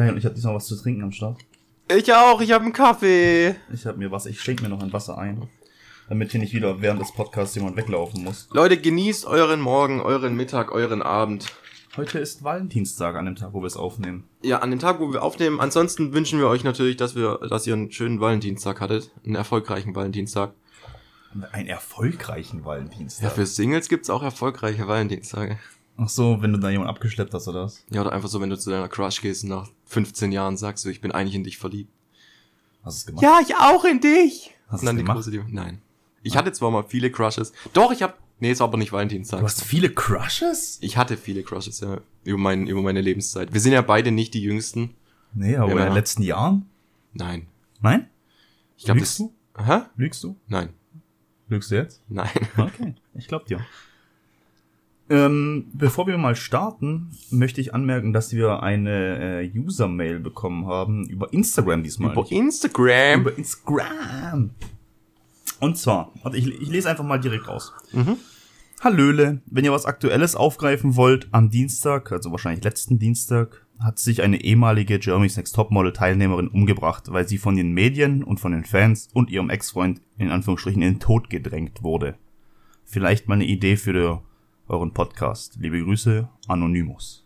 Geil, ich habe diesmal was zu trinken am Start. Ich auch, ich habe einen Kaffee. Ich habe mir Wasser, ich schenke mir noch ein Wasser ein, damit hier nicht wieder während des Podcasts jemand weglaufen muss. Leute, genießt euren Morgen, euren Mittag, euren Abend. Heute ist Valentinstag, an dem Tag, wo wir es aufnehmen. Ja, an dem Tag, wo wir aufnehmen. Ansonsten wünschen wir euch natürlich, dass ihr einen schönen Valentinstag hattet. Einen erfolgreichen Valentinstag. Einen erfolgreichen Valentinstag? Ja, für Singles gibt's auch erfolgreiche Valentinstage. Ach so, wenn du da jemanden abgeschleppt hast, oder was? Ja, oder einfach so, wenn du zu deiner Crush gehst und nach 15 Jahren sagst du, ich bin eigentlich in dich verliebt. Hast du es gemacht? Ja, ich auch in dich! Hast du es gemacht? Nein. Ich hatte zwar mal viele Crushes. Doch, es war aber nicht Valentinstag. Du hast viele Crushes? Ich hatte viele Crushes, ja, über meine Lebenszeit. Wir sind ja beide nicht die Jüngsten. Nee, aber in den letzten Jahren? Nein. Nein? Ich glaub, Lügst du? Hä? Lügst du? Nein. Lügst du jetzt? Nein. Okay, ich glaub dir. Bevor wir mal starten, möchte ich anmerken, dass wir eine User-Mail bekommen haben über Instagram diesmal. Über Instagram? Über Instagram. Und zwar, ich lese einfach mal direkt raus. Hallöle, wenn ihr was Aktuelles aufgreifen wollt, am Dienstag, also wahrscheinlich letzten Dienstag, hat sich eine ehemalige Germany's Next Topmodel Teilnehmerin umgebracht, weil sie von den Medien und von den Fans und ihrem Ex-Freund in Anführungsstrichen in den Tod gedrängt wurde. Vielleicht mal eine Idee für euren Podcast. Liebe Grüße, Anonymous.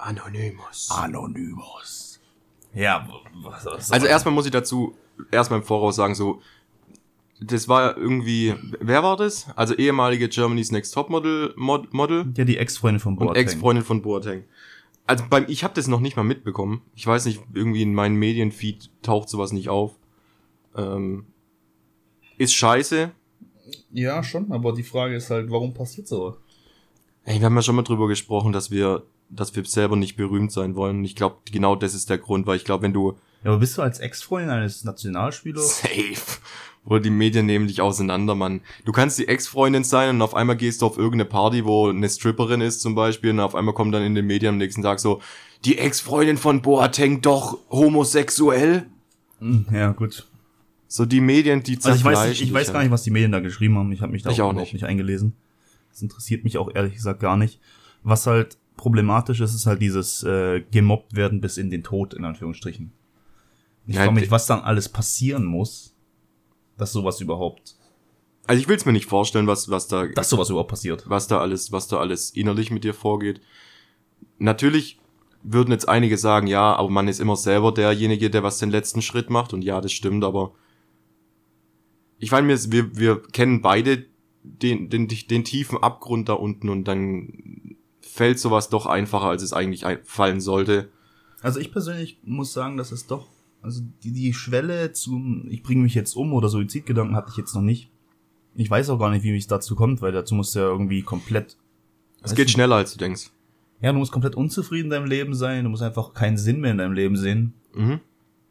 Anonymous. Ja, was also erstmal muss ich dazu erstmal im Voraus sagen, so, das war irgendwie, wer war das? Also ehemalige Germany's Next Topmodel, Model? Ja, die Ex-Freundin von Boateng. Und Ex-Freundin von Boateng. Also ich habe das noch nicht mal mitbekommen. Ich weiß nicht, irgendwie in meinem Medienfeed taucht sowas nicht auf. Ist scheiße. Ja, schon, aber die Frage ist halt, warum passiert so? Ey, wir haben ja schon mal drüber gesprochen, dass wir selber nicht berühmt sein wollen. Und ich glaube, genau das ist der Grund, weil ich glaube, wenn du... Ja, aber bist du als Ex-Freundin eines Nationalspielers? Safe. Oder die Medien nehmen dich auseinander, Mann. Du kannst die Ex-Freundin sein und auf einmal gehst du auf irgendeine Party, wo eine Stripperin ist zum Beispiel, und auf einmal kommt dann in den Medien am nächsten Tag so, die Ex-Freundin von Boateng doch homosexuell? Ja, gut. So die Medien, die zerfleischen. Also ich weiß gar nicht, was die Medien da geschrieben haben. Ich habe mich da auch überhaupt nicht eingelesen. Das interessiert mich auch ehrlich gesagt gar nicht. Was halt problematisch ist, ist halt dieses gemobbt werden bis in den Tod, in Anführungsstrichen. Ich frage mich, was dann alles passieren muss, dass sowas überhaupt... Also ich will es mir nicht vorstellen, was da... Dass sowas überhaupt passiert. Was da alles innerlich mit dir vorgeht. Natürlich würden jetzt einige sagen, ja, aber man ist immer selber derjenige, der was den letzten Schritt macht. Und ja, das stimmt, aber... Ich meine, wir kennen beide den tiefen Abgrund da unten und dann fällt sowas doch einfacher, als es eigentlich fallen sollte. Also ich persönlich muss sagen, dass es doch... Also die Schwelle zum ich bringe mich jetzt um oder Suizidgedanken hatte ich jetzt noch nicht. Ich weiß auch gar nicht, wie es dazu kommt, weil dazu musst du ja irgendwie komplett... Es geht schneller, als du denkst. Ja, du musst komplett unzufrieden in deinem Leben sein, du musst einfach keinen Sinn mehr in deinem Leben sehen. Mhm.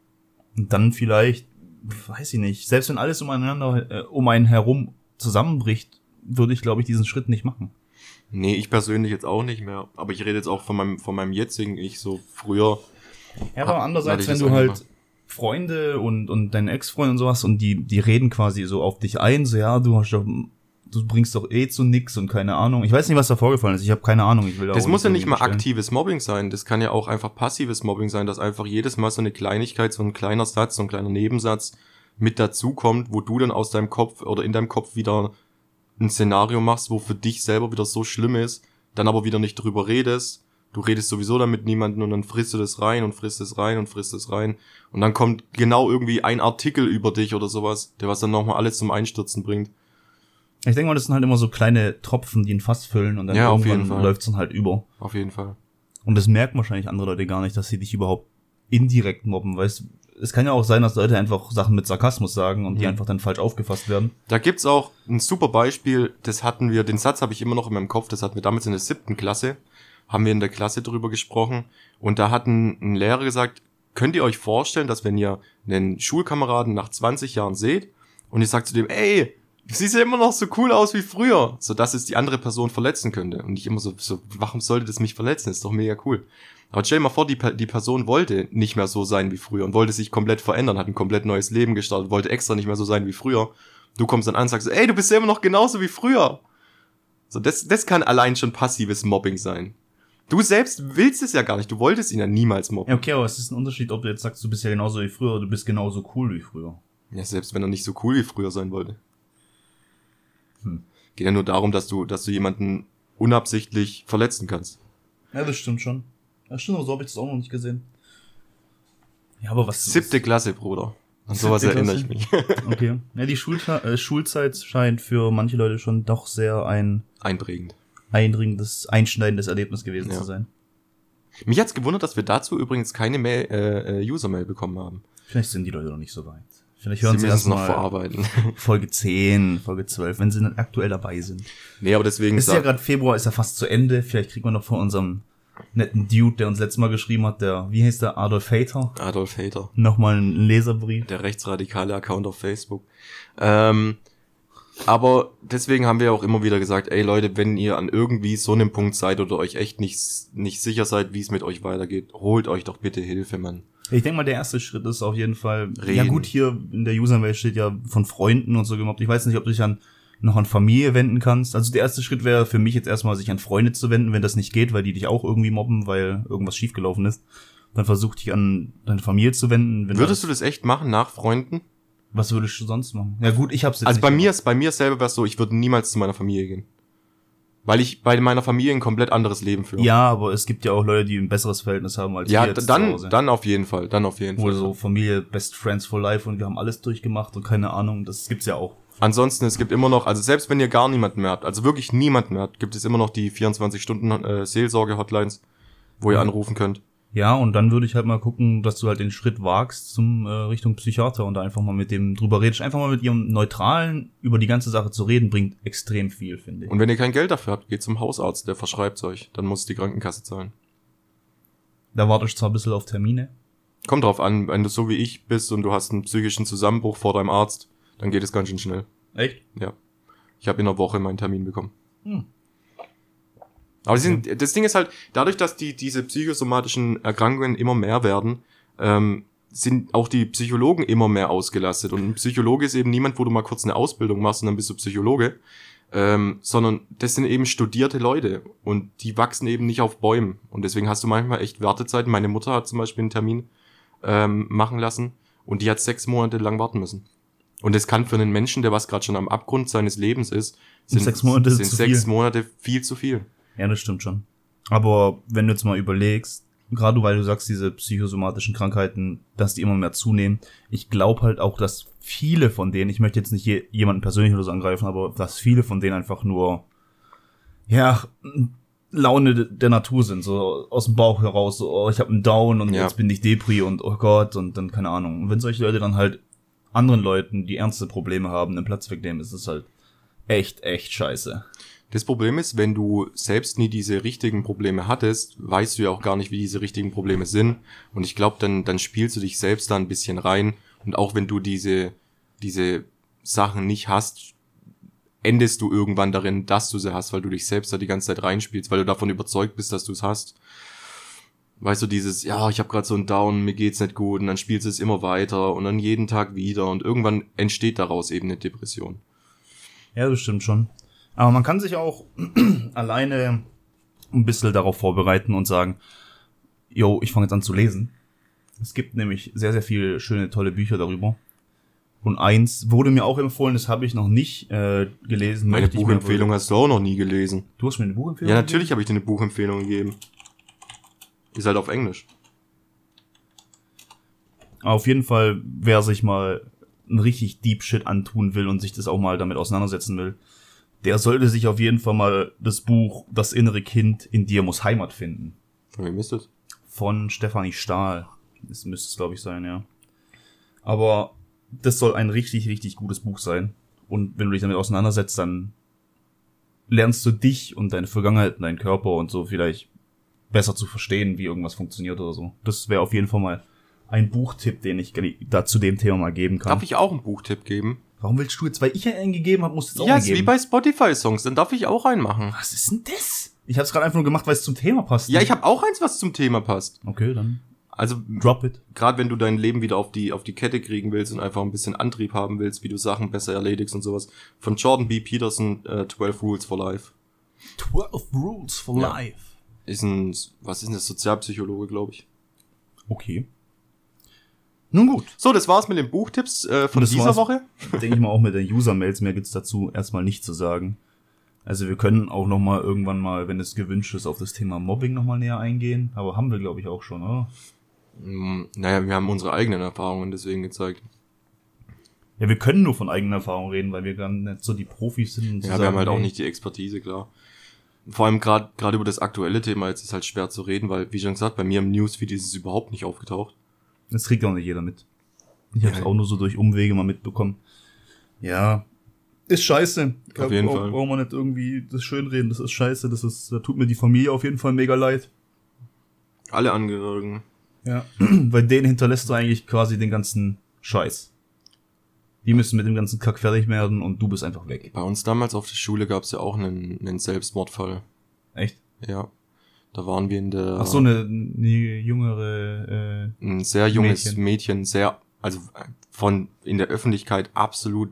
Und dann vielleicht, weiß ich nicht, selbst wenn alles um einen herum zusammenbricht, würde ich, glaube ich, diesen Schritt nicht machen. Nee, ich persönlich jetzt auch nicht mehr. Aber ich rede jetzt auch von meinem jetzigen Ich, so früher. Ja, aber andererseits, wenn du halt Freunde und deine Ex-Freunde und sowas und die reden quasi so auf dich ein, so ja, du bringst doch zu nix und keine Ahnung. Ich weiß nicht, was da vorgefallen ist. Ich habe keine Ahnung. Das muss ja nicht mal aktives Mobbing sein. Das kann ja auch einfach passives Mobbing sein, dass einfach jedes Mal so eine Kleinigkeit, so ein kleiner Satz, so ein kleiner Nebensatz mit dazukommt, wo du dann aus deinem Kopf oder in deinem Kopf wieder ein Szenario machst, wo für dich selber wieder so schlimm ist, dann aber wieder nicht drüber redest. Du redest sowieso dann mit niemandem und dann frisst du das rein und frisst es rein und frisst es rein. Und dann kommt genau irgendwie ein Artikel über dich oder sowas, der was dann nochmal alles zum Einstürzen bringt. Ich denke mal, das sind halt immer so kleine Tropfen, die ein Fass füllen und dann irgendwann läuft's dann halt über. Auf jeden Fall. Und das merken wahrscheinlich andere Leute gar nicht, dass sie dich überhaupt indirekt mobben, weißt du? Es kann ja auch sein, dass Leute einfach Sachen mit Sarkasmus sagen und die einfach dann falsch aufgefasst werden. Da gibt's auch ein super Beispiel, den Satz habe ich immer noch in meinem Kopf, das hatten wir damals in der 7. Klasse, haben wir in der Klasse drüber gesprochen und da hat ein Lehrer gesagt, könnt ihr euch vorstellen, dass wenn ihr einen Schulkameraden nach 20 Jahren seht und ihr sagt zu dem, ey, du siehst ja immer noch so cool aus wie früher, sodass es die andere Person verletzen könnte. Und ich immer so, warum sollte das mich verletzen? Ist doch mega cool. Aber stell dir mal vor, die Person wollte nicht mehr so sein wie früher und wollte sich komplett verändern, hat ein komplett neues Leben gestartet, wollte extra nicht mehr so sein wie früher. Du kommst dann an und sagst, ey, du bist ja immer noch genauso wie früher. So, das kann allein schon passives Mobbing sein. Du selbst willst es ja gar nicht. Du wolltest ihn ja niemals mobben. Ja, okay, aber es ist ein Unterschied, ob du jetzt sagst, du bist ja genauso wie früher oder du bist genauso cool wie früher. Ja, selbst wenn er nicht so cool wie früher sein wollte. Geht ja nur darum, dass du jemanden unabsichtlich verletzen kannst. Ja, das stimmt schon. Ja, stimmt, aber so habe ich das auch noch nicht gesehen. Ja, aber was... 7. Klasse, Bruder. An sowas erinnere ich mich. Okay. Ja, die Schulzeit scheint für manche Leute schon doch sehr ein eindringendes, einschneidendes Erlebnis gewesen zu sein. Mich hat's gewundert, dass wir dazu übrigens keine User-Mail bekommen haben. Vielleicht sind die Leute noch nicht so weit. Vielleicht hören sie müssen es noch mal verarbeiten. Folge 10, Folge 12, wenn sie dann aktuell dabei sind. Nee, aber deswegen... Es ist ja gerade Februar, ist ja fast zu Ende. Vielleicht kriegen wir noch von unserem netten Dude, der uns letztes Mal geschrieben hat, wie heißt der? Adolf Hater. Nochmal einen Leserbrief. Der rechtsradikale Account auf Facebook. Aber deswegen haben wir auch immer wieder gesagt, ey Leute, wenn ihr an irgendwie so einem Punkt seid oder euch echt nicht sicher seid, wie es mit euch weitergeht, holt euch doch bitte Hilfe, Mann. Ich denke mal, der erste Schritt ist auf jeden Fall, reden. Ja gut, hier in der User-Mail steht ja von Freunden und so gemobbt. Ich weiß nicht, ob du dich noch an Familie wenden kannst. Also der erste Schritt wäre für mich jetzt erstmal, sich an Freunde zu wenden, wenn das nicht geht, weil die dich auch irgendwie mobben, weil irgendwas schiefgelaufen ist. Dann versuch dich an deine Familie zu wenden. Würdest du das echt machen, nach Freunden? Was würdest du sonst machen? Ja gut, ich hab's jetzt also nicht bei mir selber wär's so, ich würde niemals zu meiner Familie gehen. Weil ich bei meiner Familie ein komplett anderes Leben führe. Ja, aber es gibt ja auch Leute, die ein besseres Verhältnis haben als wir jetzt zu Hause. Dann auf jeden Fall. Oder so Familie, Best Friends for Life und wir haben alles durchgemacht und keine Ahnung, das gibt's ja auch. Ansonsten, es gibt immer noch, also selbst wenn ihr gar niemanden mehr habt, also wirklich niemanden mehr habt, gibt es immer noch die 24-Stunden Seelsorge-Hotlines, wo ihr anrufen könnt. Ja, und dann würde ich halt mal gucken, dass du halt den Schritt wagst zum Richtung Psychiater und da einfach mal mit dem drüber redest. Einfach mal mit ihrem Neutralen über die ganze Sache zu reden, bringt extrem viel, finde ich. Und wenn ihr kein Geld dafür habt, geht zum Hausarzt, der verschreibt's euch. Dann muss die Krankenkasse zahlen. Da warte ich zwar ein bisschen auf Termine. Kommt drauf an, wenn du so wie ich bist und du hast einen psychischen Zusammenbruch vor deinem Arzt, dann geht es ganz schön schnell. Echt? Ja. Ich habe in einer Woche meinen Termin bekommen. Aber das Ding ist halt, dadurch, dass diese psychosomatischen Erkrankungen immer mehr werden, sind auch die Psychologen immer mehr ausgelastet. Und ein Psychologe ist eben niemand, wo du mal kurz eine Ausbildung machst und dann bist du Psychologe, sondern das sind eben studierte Leute und die wachsen eben nicht auf Bäumen. Und deswegen hast du manchmal echt Wartezeiten. Meine Mutter hat zum Beispiel einen Termin machen lassen und die hat 6 Monate lang warten müssen. Und das kann für einen Menschen, der was gerade schon am Abgrund seines Lebens ist, sind 6 Monate viel zu viel. Ja, das stimmt schon. Aber wenn du jetzt mal überlegst, gerade weil du sagst, diese psychosomatischen Krankheiten, dass die immer mehr zunehmen, ich glaube halt auch, dass viele von denen, ich möchte jetzt nicht jemanden persönlich oder so angreifen, aber dass viele von denen einfach nur, ja, Laune der Natur sind, so aus dem Bauch heraus, so, oh, ich habe einen Down und jetzt bin ich Depri und oh Gott und dann keine Ahnung. Und wenn solche Leute dann halt anderen Leuten, die ernste Probleme haben, den Platz wegnehmen, ist es halt echt scheiße. Das Problem ist, wenn du selbst nie diese richtigen Probleme hattest, weißt du ja auch gar nicht, wie diese richtigen Probleme sind. Und ich glaube, dann spielst du dich selbst da ein bisschen rein. Und auch wenn du diese Sachen nicht hast, endest du irgendwann darin, dass du sie hast, weil du dich selbst da die ganze Zeit reinspielst, weil du davon überzeugt bist, dass du es hast. Weißt du, dieses, ja, ich habe gerade so einen Down, mir geht's nicht gut, und dann spielst du es immer weiter und dann jeden Tag wieder und irgendwann entsteht daraus eben eine Depression. Ja, das stimmt schon. Aber man kann sich auch alleine ein bisschen darauf vorbereiten und sagen, yo, ich fange jetzt an zu lesen. Es gibt nämlich sehr, sehr viele schöne, tolle Bücher darüber. Und eins wurde mir auch empfohlen, das habe ich noch nicht gelesen. Meine Buchempfehlung hast du auch noch nie gelesen. Du hast mir eine Buchempfehlung gegeben? Ja, natürlich habe ich dir eine Buchempfehlung gegeben. Ist halt auf Englisch. Aber auf jeden Fall, wer sich mal ein richtig Deep Shit antun will und sich das auch mal damit auseinandersetzen will, der sollte sich auf jeden Fall mal das Buch Das innere Kind in dir muss Heimat finden. Von wem ist das? Von Stefanie Stahl. Das müsste es, glaube ich, sein, ja. Aber das soll ein richtig, richtig gutes Buch sein. Und wenn du dich damit auseinandersetzt, dann lernst du dich und deine Vergangenheit und deinen Körper und so vielleicht besser zu verstehen, wie irgendwas funktioniert oder so. Das wäre auf jeden Fall mal ein Buchtipp, den ich da zu dem Thema mal geben kann. Darf ich auch einen Buchtipp geben? Warum willst du jetzt, weil ich ja einen gegeben habe, musst du jetzt auch einen geben? Ja, ist wie bei Spotify-Songs, dann darf ich auch einen machen. Was ist denn das? Ich habe es gerade einfach nur gemacht, weil es zum Thema passt. Ja, ich habe auch eins, was zum Thema passt. Okay, dann. Also, drop it. Gerade wenn du dein Leben wieder auf die Kette kriegen willst und einfach ein bisschen Antrieb haben willst, wie du Sachen besser erledigst und sowas. Von Jordan B. Peterson, 12 Rules for Life. 12 Rules for Life. was ist denn das, Sozialpsychologe, glaube ich. Okay. Nun gut. So, das war's mit den Buchtipps von dieser Woche. Denke ich mal auch mit den User-Mails. Mehr gibt's dazu erstmal nicht zu sagen. Also wir können auch noch mal irgendwann mal, wenn es gewünscht ist, auf das Thema Mobbing noch mal näher eingehen. Aber haben wir, glaube ich, auch schon, oder? Naja, wir haben unsere eigenen Erfahrungen deswegen gezeigt. Ja, wir können nur von eigener Erfahrung reden, weil wir gar nicht so die Profis sind. Ja, wir haben halt auch nicht die Expertise, klar. Vor allem gerade über das aktuelle Thema jetzt ist halt schwer zu reden, weil, wie schon gesagt, bei mir im Newsfeed ist es überhaupt nicht aufgetaucht. Das kriegt auch nicht jeder mit. Ich habe es auch nur so durch Umwege mal mitbekommen. Ja, ist scheiße. Auf jeden Fall. Brauchen wir nicht irgendwie das schönreden, das ist scheiße, da tut mir die Familie auf jeden Fall mega leid. Alle Angehörigen. Ja, weil denen hinterlässt du eigentlich quasi den ganzen Scheiß. Die müssen mit dem ganzen Kack fertig werden und du bist einfach weg. Bei uns damals auf der Schule gab es ja auch einen Selbstmordfall. Echt? Ja. Da waren wir in der... Ach so, eine jüngere... ein sehr junges Mädchen, also in der Öffentlichkeit absolut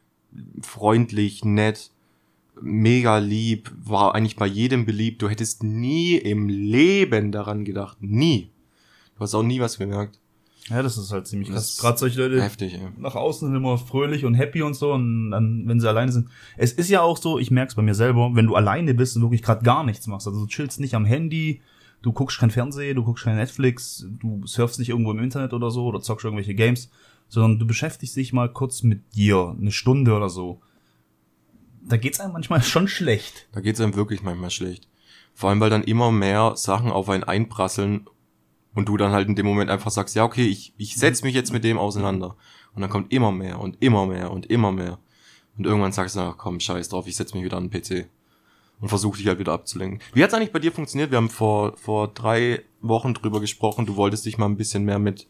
freundlich, nett, mega lieb, war eigentlich bei jedem beliebt. Du hättest nie im Leben daran gedacht. Nie. Du hast auch nie was gemerkt. Ja, das ist halt ziemlich krass. Gerade solche Leute heftig, ja. Nach außen sind immer fröhlich und happy und so und dann, wenn sie alleine sind. Es ist ja auch so, ich merk's bei mir selber, wenn du alleine bist und wirklich gerade gar nichts machst, also du chillst nicht am Handy, du guckst kein Fernsehen, du guckst kein Netflix, du surfst nicht irgendwo im Internet oder so oder zockst irgendwelche Games, sondern du beschäftigst dich mal kurz mit dir, eine Stunde oder so. Da geht's einem manchmal schon schlecht. Da geht's einem wirklich manchmal schlecht. Vor allem, weil dann immer mehr Sachen auf einen einprasseln und du dann halt in dem Moment einfach sagst, ja okay, ich setz mich jetzt mit dem auseinander. Und dann kommt immer mehr und immer mehr und immer mehr. Und irgendwann sagst du, ach komm, scheiß drauf, ich setz mich wieder an den PC. Und versuch dich halt wieder abzulenken. Wie hat's eigentlich bei dir funktioniert? Wir haben vor 3 Wochen drüber gesprochen, du wolltest dich mal ein bisschen mehr mit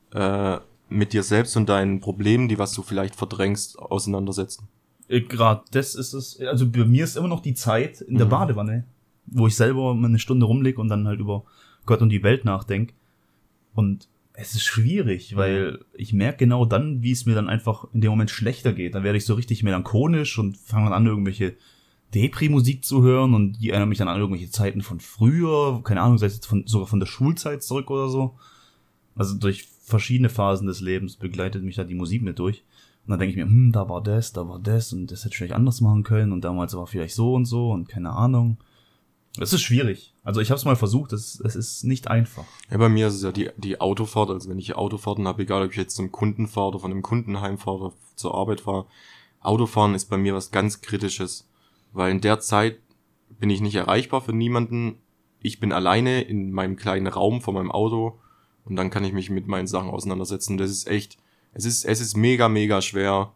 dir selbst und deinen Problemen, die was du vielleicht verdrängst, auseinandersetzen. Gerade das ist es, also bei mir ist immer noch die Zeit in der Badewanne, wo ich selber mal eine Stunde rumlieg und dann halt über Gott und die Welt nachdenke. Und es ist schwierig, weil ich merke genau dann, wie es mir dann einfach in dem Moment schlechter geht. Dann werde ich so richtig melancholisch und fange dann an, irgendwelche Depri-Musik zu hören und die erinnern mich dann an irgendwelche Zeiten von früher, keine Ahnung, sei es jetzt sogar von der Schulzeit zurück oder so. Also durch verschiedene Phasen des Lebens begleitet mich da die Musik mit durch. Und dann denke ich mir, da war das und das hätte ich vielleicht anders machen können und damals war vielleicht so und keine Ahnung. Es ist schwierig. Also ich habe es mal versucht, es ist nicht einfach. Ja, bei mir ist es ja die Autofahrt, also wenn ich Autofahrten habe, egal ob ich jetzt zum Kunden fahre oder von einem Kundenheim fahre oder zur Arbeit fahre, Autofahren ist bei mir was ganz Kritisches, weil in der Zeit bin ich nicht erreichbar für niemanden, ich bin alleine in meinem kleinen Raum vor meinem Auto und dann kann ich mich mit meinen Sachen auseinandersetzen. Das ist echt, es ist mega, mega schwer.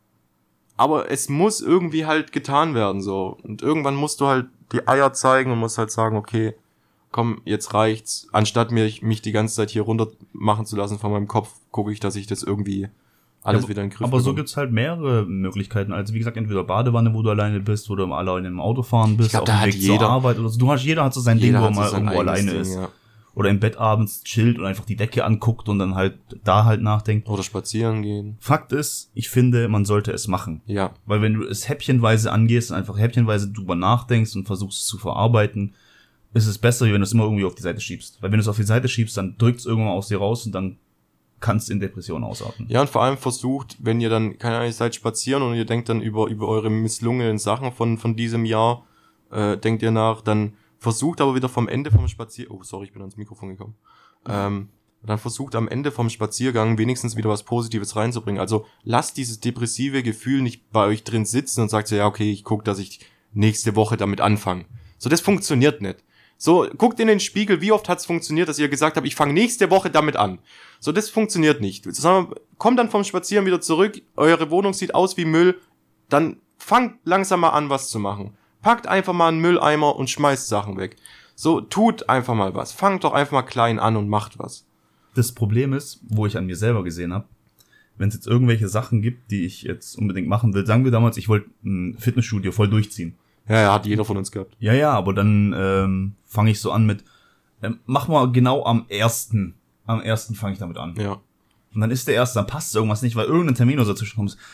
Aber es muss irgendwie halt getan werden, so. Und irgendwann musst du halt die Eier zeigen und musst halt sagen, okay, komm, jetzt reicht's. Anstatt mich die ganze Zeit hier runter machen zu lassen von meinem Kopf, gucke ich, dass ich das irgendwie alles wieder in den Griff bekomme. Aber so gibt's halt mehrere Möglichkeiten. Also wie gesagt, entweder Badewanne, wo du alleine bist, wo du alleine im Auto fahren bist, auf dem Weg zur Arbeit oder so. Jeder hat so sein Ding, wo er mal irgendwo alleine ist. Ja. Oder im Bett abends chillt und einfach die Decke anguckt und dann halt nachdenkt. Oder spazieren gehen. Fakt ist, ich finde, man sollte es machen. Ja. Weil wenn du es häppchenweise angehst und einfach häppchenweise drüber nachdenkst und versuchst es zu verarbeiten, ist es besser, wie wenn du es immer irgendwie auf die Seite schiebst. Weil wenn du es auf die Seite schiebst, dann drückt es irgendwann aus dir raus und dann kannst du in Depression ausarten. Ja, und vor allem versucht, wenn ihr dann, keine Ahnung, ihr seid spazieren und ihr denkt dann über eure misslungenen Sachen von diesem Jahr, denkt ihr nach, dann versucht aber wieder vom Ende vom Spaziergang, oh sorry, ich bin ans Mikrofon gekommen, dann versucht am Ende vom Spaziergang wenigstens wieder was Positives reinzubringen. Also lasst dieses depressive Gefühl nicht bei euch drin sitzen und sagt so, ja okay, ich gucke, dass ich nächste Woche damit anfange. So, das funktioniert nicht. So, guckt in den Spiegel, wie oft hat's funktioniert, dass ihr gesagt habt, ich fange nächste Woche damit an. So, das funktioniert nicht. Sondern kommt dann vom Spazieren wieder zurück, eure Wohnung sieht aus wie Müll, dann fangt langsam mal an, was zu machen. Packt einfach mal einen Mülleimer und schmeißt Sachen weg. So, tut einfach mal was. Fangt doch einfach mal klein an und macht was. Das Problem ist, wo ich an mir selber gesehen habe, wenn es jetzt irgendwelche Sachen gibt, die ich jetzt unbedingt machen will, sagen wir damals, ich wollte ein Fitnessstudio voll durchziehen. Ja, hat jeder von uns gehabt. Ja, aber dann fange ich so an mit, mach mal genau am 1. Am 1. fange ich damit an. Ja. Und dann ist der 1., dann passt irgendwas nicht, weil irgendein Termin oder so dazwischen kommt.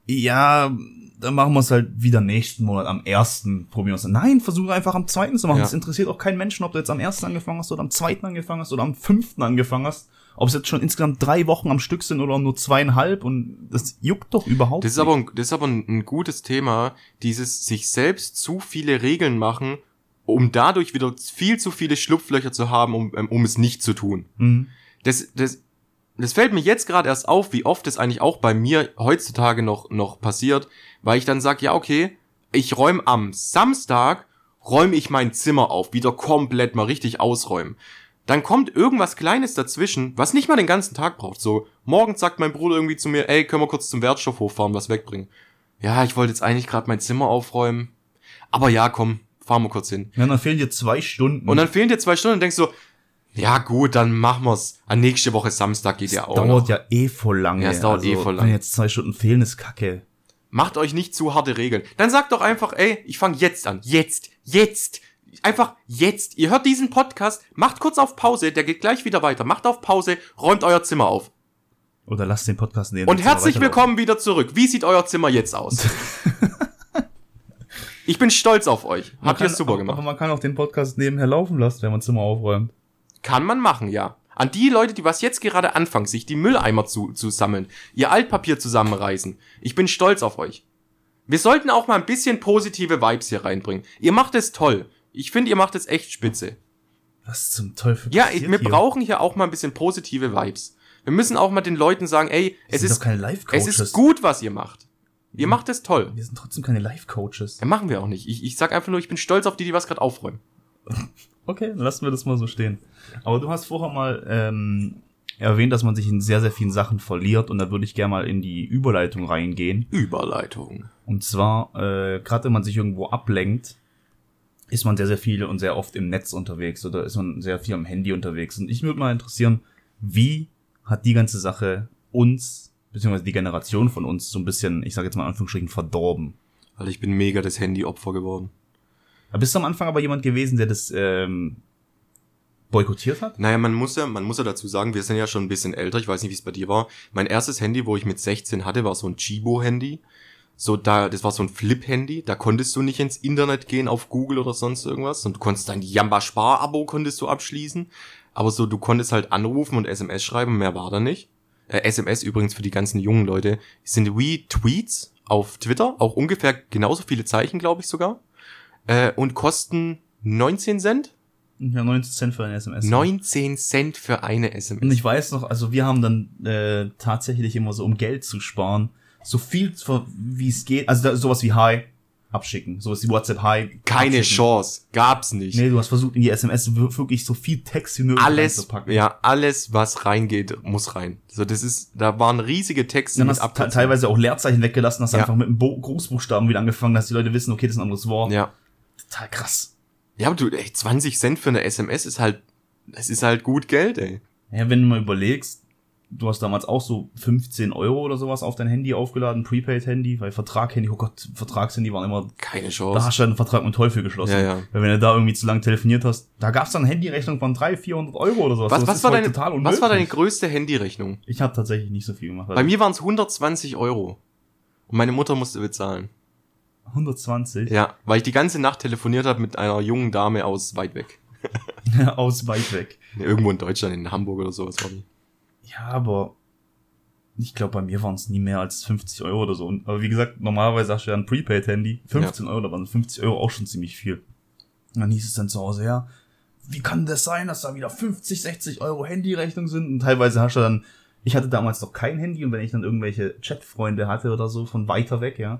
ja, dann machen wir es halt wieder nächsten Monat, am 1. probieren wir es. Nein, versuche einfach am 2. zu machen. Es interessiert auch keinen Menschen, ob du jetzt am 1. angefangen hast oder am 2. angefangen hast oder am 5. angefangen hast. Ob es jetzt schon insgesamt 3 Wochen am Stück sind oder nur 2,5 und das juckt doch überhaupt nicht. Das ist aber ein gutes Thema, dieses sich selbst zu viele Regeln machen, um dadurch wieder viel zu viele Schlupflöcher zu haben, um es nicht zu tun. Mhm. Das fällt mir jetzt gerade erst auf, wie oft es eigentlich auch bei mir heutzutage noch passiert, weil ich dann sage, ja okay, ich räume am Samstag, räume ich mein Zimmer auf, wieder komplett mal richtig ausräumen. Dann kommt irgendwas Kleines dazwischen, was nicht mal den ganzen Tag braucht. So, morgens sagt mein Bruder irgendwie zu mir, ey, können wir kurz zum Wertstoffhof fahren, was wegbringen? Ja, ich wollte jetzt eigentlich gerade mein Zimmer aufräumen. Aber ja, komm, fahren wir kurz hin. Ja, dann fehlen dir 2 Stunden. Und dann fehlen dir 2 Stunden und denkst so, ja gut, dann machen wir's. An nächste Woche Samstag geht ja auch dauert noch. Ja eh voll lange. Ja, es dauert eh voll lange. Wenn jetzt 2 Stunden fehlen, ist kacke. Macht euch nicht zu harte Regeln. Dann sagt doch einfach, ey, ich fange jetzt an. Jetzt. Einfach jetzt. Ihr hört diesen Podcast, macht kurz auf Pause, der geht gleich wieder weiter. Macht auf Pause, räumt euer Zimmer auf. Oder lasst den Podcast nehmen. Und herzlich willkommen wieder zurück. Wie sieht euer Zimmer jetzt aus? Ich bin stolz auf euch. Habt ihr super gemacht. Aber man kann auch den Podcast nebenher laufen lassen, wenn man Zimmer aufräumt. Kann man machen, ja. An die Leute, die was jetzt gerade anfangen, sich die Mülleimer zu sammeln, ihr Altpapier zusammenreißen. Ich bin stolz auf euch. Wir sollten auch mal ein bisschen positive Vibes hier reinbringen. Ihr macht es toll. Ich finde, ihr macht es echt spitze. Was zum Teufel passiert hier? Ja, wir brauchen hier auch mal ein bisschen positive Vibes. Wir müssen auch mal den Leuten sagen, ey, es ist gut, was ihr macht. Ihr macht es toll. Wir sind trotzdem keine Life-Coaches. Ja, machen wir auch nicht. Ich sag einfach nur, ich bin stolz auf die was gerade aufräumen. Okay, dann lassen wir das mal so stehen. Aber du hast vorher mal erwähnt, dass man sich in sehr, sehr vielen Sachen verliert. Und da würde ich gerne mal in die Überleitung reingehen. Überleitung. Und zwar, gerade wenn man sich irgendwo ablenkt, ist man sehr, sehr viel und sehr oft im Netz unterwegs oder ist man sehr viel am Handy unterwegs. Und ich würde mal interessieren, wie hat die ganze Sache uns, beziehungsweise die Generation von uns, so ein bisschen, ich sage jetzt mal in Anführungsstrichen, verdorben? Weil ich bin mega das Handy-Opfer geworden. Da bist du am Anfang aber jemand gewesen, der das boykottiert hat? Naja, man muss ja dazu sagen, wir sind ja schon ein bisschen älter, ich weiß nicht, wie es bei dir war. Mein erstes Handy, wo ich mit 16 hatte, war so ein Chibo-Handy. Das war so ein Flip-Handy, da konntest du nicht ins Internet gehen auf Google oder sonst irgendwas. Und du konntest dein Jamba-Spar-Abo konntest du abschließen. Aber so, du konntest halt anrufen und SMS schreiben, mehr war da nicht. SMS übrigens für die ganzen jungen Leute sind Retweets auf Twitter, auch ungefähr genauso viele Zeichen, glaube ich sogar. Und kosten 19 Cent? Ja, 19 Cent für eine SMS. 19 Cent für eine SMS. Und ich weiß noch, also wir haben dann tatsächlich immer so, um Geld zu sparen, so viel wie es geht, also sowas wie Hi abschicken, sowas wie WhatsApp Hi. Keine Chance, gab's nicht. Nee, du hast versucht in die SMS wirklich so viel Text wie möglich reinzupacken. Ja, alles was reingeht, muss rein. So, da waren riesige Texte dann mit Abkürzungen. Teilweise auch Leerzeichen weggelassen, hast einfach mit einem Großbuchstaben wieder angefangen, dass die Leute wissen, okay, das ist ein anderes Wort. Ja. Total krass. Ja, aber 20 Cent für eine SMS ist halt gut Geld, ey. Ja, wenn du mal überlegst, du hast damals auch so 15 Euro oder sowas auf dein Handy aufgeladen, Prepaid-Handy, weil Vertrag-Handy, oh Gott, Vertragshandy waren immer... Keine Chance. Da hast du halt einen Vertrag mit Teufel geschlossen. Ja. Weil wenn du da irgendwie zu lange telefoniert hast, da gab's dann eine Handyrechnung von 300-400 Euro oder sowas. Was war deine größte Handyrechnung? Ich habe tatsächlich nicht so viel gemacht. Bei mir waren es 120 Euro. Und meine Mutter musste bezahlen. 120? Ja, weil ich die ganze Nacht telefoniert habe mit einer jungen Dame aus weit weg. Aus weit weg. Irgendwo in Deutschland, in Hamburg oder sowas war die. Ja, aber ich glaube, bei mir waren es nie mehr als 50 Euro oder so. Aber wie gesagt, normalerweise hast du ja ein Prepaid-Handy. 15 Euro, da waren 50 Euro auch schon ziemlich viel. Und dann hieß es dann zu Hause, ja, wie kann das sein, dass da wieder 50, 60 Euro Handyrechnung sind? Und teilweise hast du dann, ich hatte damals noch kein Handy und wenn ich dann irgendwelche Chatfreunde hatte oder so von weiter weg, ja,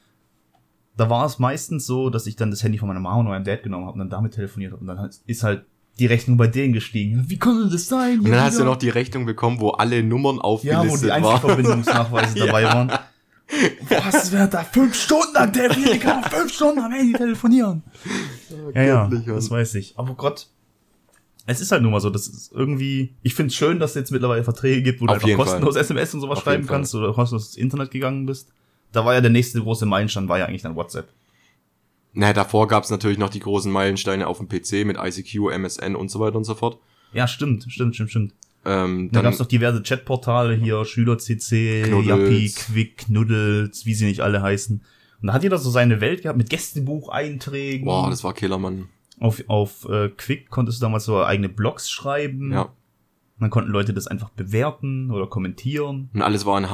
da war es meistens so, dass ich dann das Handy von meiner Mama und meinem Dad genommen habe und dann damit telefoniert habe. Und dann ist halt die Rechnung bei denen gestiegen. Wie konnte das sein? Und dann hast du noch die Rechnung bekommen, wo alle Nummern aufgelistet waren. Ja, wo die Einzelverbindungsnachweise dabei waren. Was, wer da 5 Stunden lang telefoniert? Ich kann 5 Stunden am Handy telefonieren. Ja, das weiß ich. Aber Gott, es ist halt nun mal so, das ist irgendwie, ich find's schön, dass es jetzt mittlerweile Verträge gibt, wo du einfach kostenlos SMS und sowas schreiben kannst oder kostenlos ins Internet gegangen bist. Da war ja der nächste große Meilenstein, war ja eigentlich dann WhatsApp. Naja, davor gab's natürlich noch die großen Meilensteine auf dem PC mit ICQ, MSN und so weiter und so fort. Ja, stimmt. Da gab's noch diverse Chatportale hier, SchülerCC, Knuddels. Yappi, Quick, Knuddels, wie sie nicht alle heißen. Und da hat jeder so seine Welt gehabt mit Gästebucheinträgen. Boah, das war Killer, Mann. Auf Quick konntest du damals so eigene Blogs schreiben. Ja. Und dann konnten Leute das einfach bewerten oder kommentieren. Und alles war in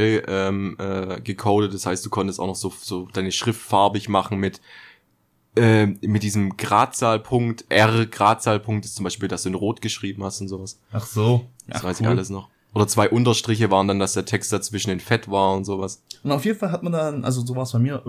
HTML gecodet, das heißt, du konntest auch noch so deine Schrift farbig machen mit diesem Gradzahlpunkt. Gradzahlpunkt ist zum Beispiel, dass du in Rot geschrieben hast und sowas. Ach so. Das Ja, weiß cool. ich alles noch. Oder 2 Unterstriche waren dann, dass der Text dazwischen in Fett war und sowas. Und auf jeden Fall hat man dann, also so war es bei mir,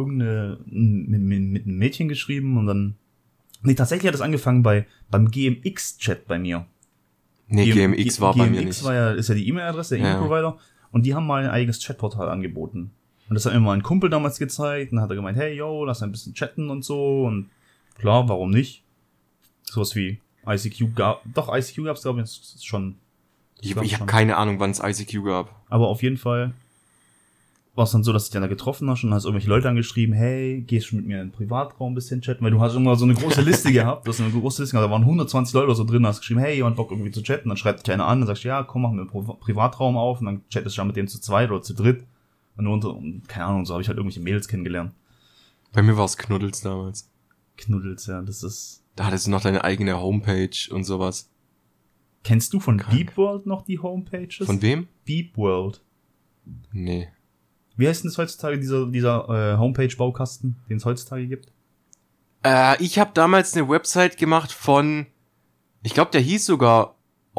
mit einem Mädchen geschrieben und dann, nee, tatsächlich hat es angefangen beim GMX-Chat bei mir. Nee, GMX war bei mir nicht. GMX ist ja die E-Mail-Adresse, der Ja. E-Mail-Provider. Und die haben mal ein eigenes Chatportal angeboten. Und das hat mir mal ein Kumpel damals gezeigt. Und dann hat er gemeint, hey, yo, lass ein bisschen chatten und so. Und klar, warum nicht? Sowas wie ICQ gab's, glaube ich, das ist schon. Ich habe keine Ahnung, wann es ICQ gab. Aber auf jeden Fall war es dann so, dass ich dann da getroffen hast und hast irgendwelche Leute angeschrieben, hey, gehst du mit mir in den Privatraum ein bisschen chatten? Weil du hast immer so eine große Liste gehabt, du hast eine große Liste gehabt, da waren 120 Leute oder so drin, hast geschrieben, hey, jemand Bock irgendwie zu chatten, dann schreibt dich einer an, dann sagst du, ja, komm, mach mir einen Privatraum auf und dann chattest du dann mit dem zu zweit oder zu dritt. Und keine Ahnung, so habe ich halt irgendwelche Mädels kennengelernt. Bei mir war es Knuddels damals. Knuddels, ja, das ist... Da hattest du noch deine eigene Homepage und sowas. Kennst du von Krank. Beep World noch die Homepages? Von wem? Beep World. Nee. Wie heißt denn das heutzutage, dieser Homepage-Baukasten, den es heutzutage gibt? Ich habe damals eine Website gemacht von, ich glaube, der hieß sogar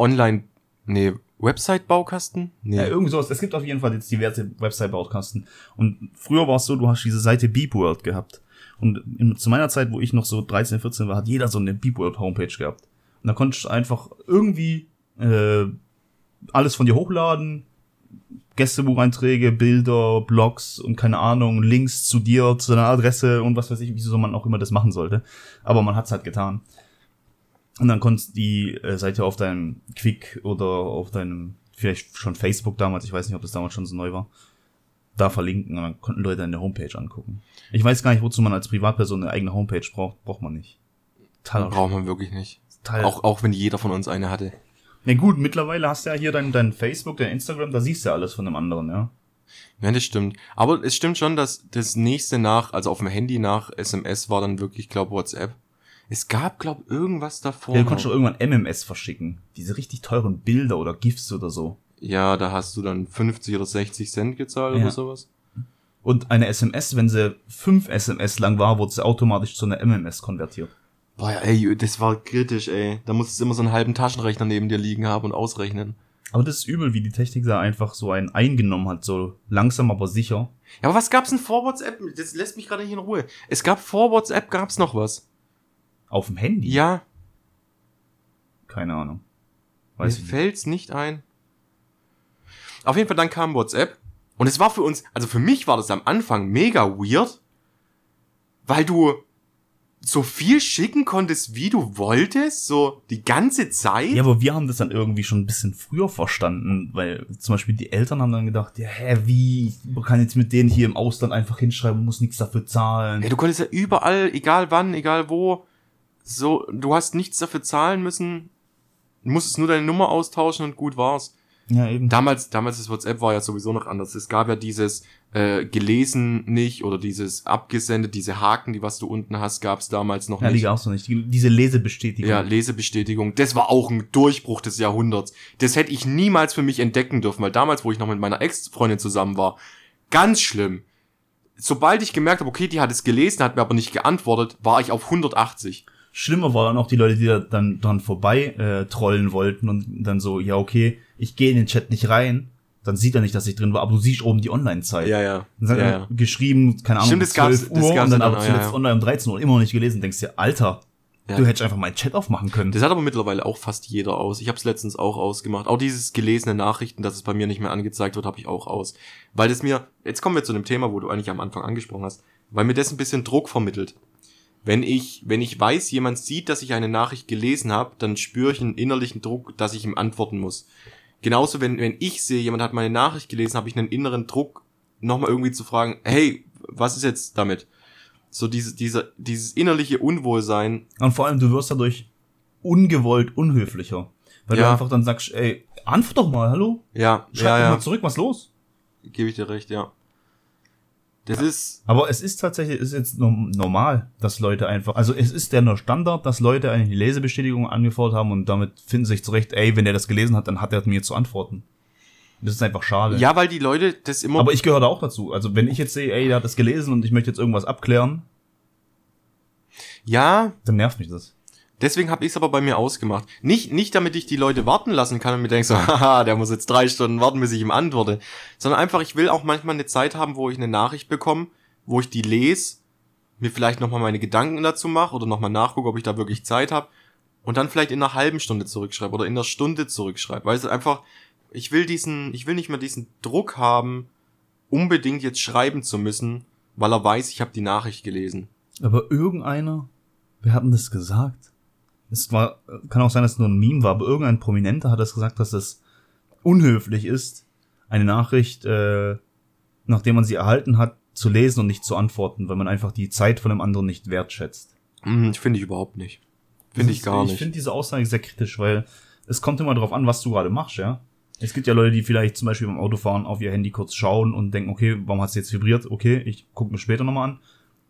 Website-Baukasten? Nee. Ja, irgend sowas. Es gibt auf jeden Fall jetzt diverse Website-Baukasten. Und früher war es so, du hast diese Seite Beep World gehabt. Und zu meiner Zeit, wo ich noch so 13, 14 war, hat jeder so eine Beep World Homepage gehabt. Und da konntest du einfach irgendwie alles von dir hochladen, Gästebucheinträge, Bilder, Blogs und keine Ahnung, Links zu dir, zu deiner Adresse und was weiß ich, wieso man auch immer das machen sollte. Aber man hat's halt getan. Und dann konntest du die Seite auf deinem Quick oder auf deinem, vielleicht schon Facebook damals, ich weiß nicht, ob das damals schon so neu war, da verlinken und dann konnten Leute deine Homepage angucken. Ich weiß gar nicht, wozu man als Privatperson eine eigene Homepage braucht man nicht. Braucht man wirklich nicht. Auch wenn jeder von uns eine hatte. Na gut, mittlerweile hast du ja hier dein Facebook, dein Instagram, da siehst du ja alles von dem anderen, ja. Ja, das stimmt. Aber es stimmt schon, dass das nächste also auf dem Handy nach SMS war dann wirklich, glaube WhatsApp. Es gab, glaube irgendwas davor. Ja, du konntest doch irgendwann MMS verschicken. Diese richtig teuren Bilder oder GIFs oder so. Ja, da hast du dann 50 oder 60 Cent gezahlt oder sowas. Und eine SMS, wenn sie 5 SMS lang war, wurde sie automatisch zu einer MMS konvertiert. Boah, ey, das war kritisch, ey. Da musstest du immer so einen halben Taschenrechner neben dir liegen haben und ausrechnen. Aber das ist übel, wie die Technik da einfach so einen eingenommen hat, so langsam, aber sicher. Ja, aber was gab's denn vor WhatsApp? Das lässt mich gerade nicht in Ruhe. Es gab vor WhatsApp, gab's noch was. Auf dem Handy? Ja. Keine Ahnung. Mir fällt's nicht ein. Auf jeden Fall, dann kam WhatsApp. Und es war für uns, also für mich war das am Anfang mega weird, weil du so viel schicken konntest, wie du wolltest, so die ganze Zeit. Ja, aber wir haben das dann irgendwie schon ein bisschen früher verstanden, weil zum Beispiel die Eltern haben dann gedacht, ja, wie, man kann jetzt mit denen hier im Ausland einfach hinschreiben, muss nichts dafür zahlen. Ja, du konntest ja überall, egal wann, egal wo, so, du hast nichts dafür zahlen müssen, du musstest nur deine Nummer austauschen und gut war's. Ja, eben. Damals das WhatsApp war ja sowieso noch anders. Es gab ja dieses gelesen nicht oder dieses abgesendet, diese Haken, die was du unten hast, gab's damals noch Ja, die nicht. gab's noch nicht. Diese Lesebestätigung. Ja, Lesebestätigung. Das war auch ein Durchbruch des Jahrhunderts. Das hätte ich niemals für mich entdecken dürfen, weil damals, wo ich noch mit meiner Ex-Freundin zusammen war, ganz schlimm. Sobald ich gemerkt habe, okay, die hat es gelesen, hat mir aber nicht geantwortet, war ich auf 180. Schlimmer waren auch die Leute, die da dann dran vorbei trollen wollten und dann so, ja, okay, ich gehe in den Chat nicht rein, dann sieht er nicht, dass ich drin war, aber du siehst oben die Online-Zeit. Ja. Dann sagt er geschrieben, keine Ahnung, Stimmt, das gab's, 12 Uhr das und dann aber dann, zuletzt ja. online um 13 Uhr immer noch nicht gelesen, denkst dir, Alter, Ja. du hättest einfach meinen Chat aufmachen können. Das hat aber mittlerweile auch fast jeder aus. Ich habe es letztens auch ausgemacht. Auch dieses gelesene Nachrichten, dass es bei mir nicht mehr angezeigt wird, habe ich auch aus. Weil das mir, jetzt kommen wir zu dem Thema, wo du eigentlich am Anfang angesprochen hast, weil mir das ein bisschen Druck vermittelt. Wenn ich weiß, jemand sieht, dass ich eine Nachricht gelesen habe, dann spüre ich einen innerlichen Druck, dass ich ihm antworten muss. Genauso, wenn ich sehe, jemand hat meine Nachricht gelesen, habe ich einen inneren Druck, nochmal irgendwie zu fragen, hey, was ist jetzt damit? So dieses innerliche Unwohlsein. Und vor allem, du wirst dadurch ungewollt unhöflicher. Weil du Ja. einfach dann sagst, ey, Antwort doch mal, hallo? Ja, Schreib doch mal zurück, was los? Gebe ich dir recht, ja. Das ist... Aber es ist tatsächlich, ist jetzt normal, dass Leute einfach, also es ist der Standard, dass Leute eine Lesebestätigung angefordert haben und damit finden sich zurecht, ey, wenn der das gelesen hat, dann hat er mir zu antworten. Das ist einfach schade. Ja, weil die Leute das immer... Aber ich gehöre da auch dazu. Also wenn ich jetzt sehe, ey, der hat das gelesen und ich möchte jetzt irgendwas abklären, ja, dann nervt mich das. deswegen habe ich es aber bei mir ausgemacht. Nicht, damit ich die Leute warten lassen kann und mir denke so, haha, der muss jetzt 3 Stunden warten, bis ich ihm antworte. Sondern einfach, ich will auch manchmal eine Zeit haben, wo ich eine Nachricht bekomme, wo ich die lese, mir vielleicht nochmal meine Gedanken dazu mache oder nochmal nachgucke, ob ich da wirklich Zeit habe und dann vielleicht in einer halben Stunde zurückschreibe oder in einer Stunde zurückschreibe. Weil es einfach, ich will nicht mehr diesen Druck haben, unbedingt jetzt schreiben zu müssen, weil er weiß, ich habe die Nachricht gelesen. Aber irgendeiner, wer hat denn das gesagt? Es war, kann auch sein, dass es nur ein Meme war, aber irgendein Prominenter hat das gesagt, dass es unhöflich ist, eine Nachricht, nachdem man sie erhalten hat, zu lesen und nicht zu antworten, weil man einfach die Zeit von dem anderen nicht wertschätzt. Finde ich überhaupt nicht. Finde ich gar nicht. Ich finde diese Aussage sehr kritisch, weil es kommt immer darauf an, was du gerade machst, ja. Es gibt ja Leute, die vielleicht zum Beispiel beim Autofahren auf ihr Handy kurz schauen und denken, okay, warum hat es jetzt vibriert? Okay, ich gucke mir später nochmal an.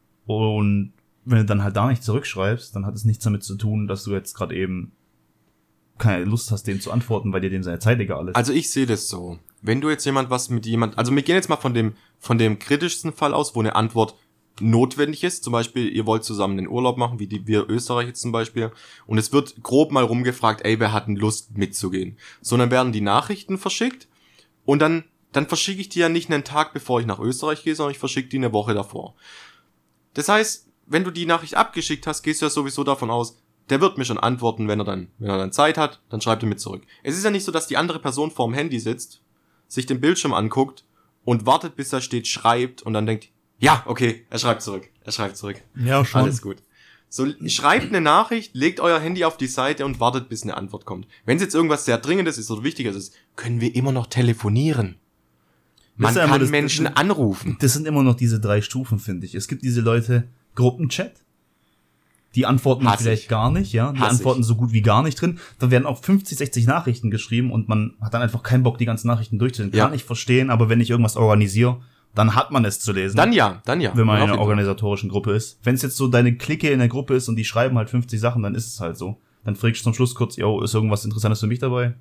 Und wenn du dann halt da nicht zurückschreibst, dann hat es nichts damit zu tun, dass du jetzt gerade eben keine Lust hast, dem zu antworten, weil dir dem seine Zeit egal ist. Also ich sehe das so. Wenn du jetzt also wir gehen jetzt mal von dem kritischsten Fall aus, wo eine Antwort notwendig ist. Zum Beispiel, ihr wollt zusammen den Urlaub machen, wie wir Österreich jetzt zum Beispiel. Und es wird grob mal rumgefragt, ey, wer hat denn Lust mitzugehen? So, dann werden die Nachrichten verschickt und dann verschicke ich die ja nicht einen Tag, bevor ich nach Österreich gehe, sondern ich verschicke die eine Woche davor. Das heißt, wenn du die Nachricht abgeschickt hast, gehst du ja sowieso davon aus, der wird mir schon antworten, wenn er dann Zeit hat, dann schreibt er mit zurück. Es ist ja nicht so, dass die andere Person vorm Handy sitzt, sich den Bildschirm anguckt und wartet, bis da steht, schreibt und dann denkt, ja, okay, er schreibt zurück. Ja, schon. Alles gut. So, schreibt eine Nachricht, legt euer Handy auf die Seite und wartet, bis eine Antwort kommt. Wenn es jetzt irgendwas sehr Dringendes ist oder Wichtiges ist, können wir immer noch telefonieren. Man kann Menschen anrufen. Das sind immer noch diese 3 Stufen, finde ich. Es gibt diese Leute, Gruppenchat, die antworten vielleicht gar nicht, ja. Die antworten so gut wie gar nicht drin. Da werden auch 50, 60 Nachrichten geschrieben und man hat dann einfach keinen Bock, die ganzen Nachrichten durchzulesen. Kann ich verstehen, aber wenn ich irgendwas organisiere, dann hat man es zu lesen. Dann ja. Wenn man in einer organisatorischen Gruppe ist. Wenn es jetzt so deine Clique in der Gruppe ist und die schreiben halt 50 Sachen, dann ist es halt so. Dann fragst du zum Schluss kurz, yo, ist irgendwas Interessantes für mich dabei?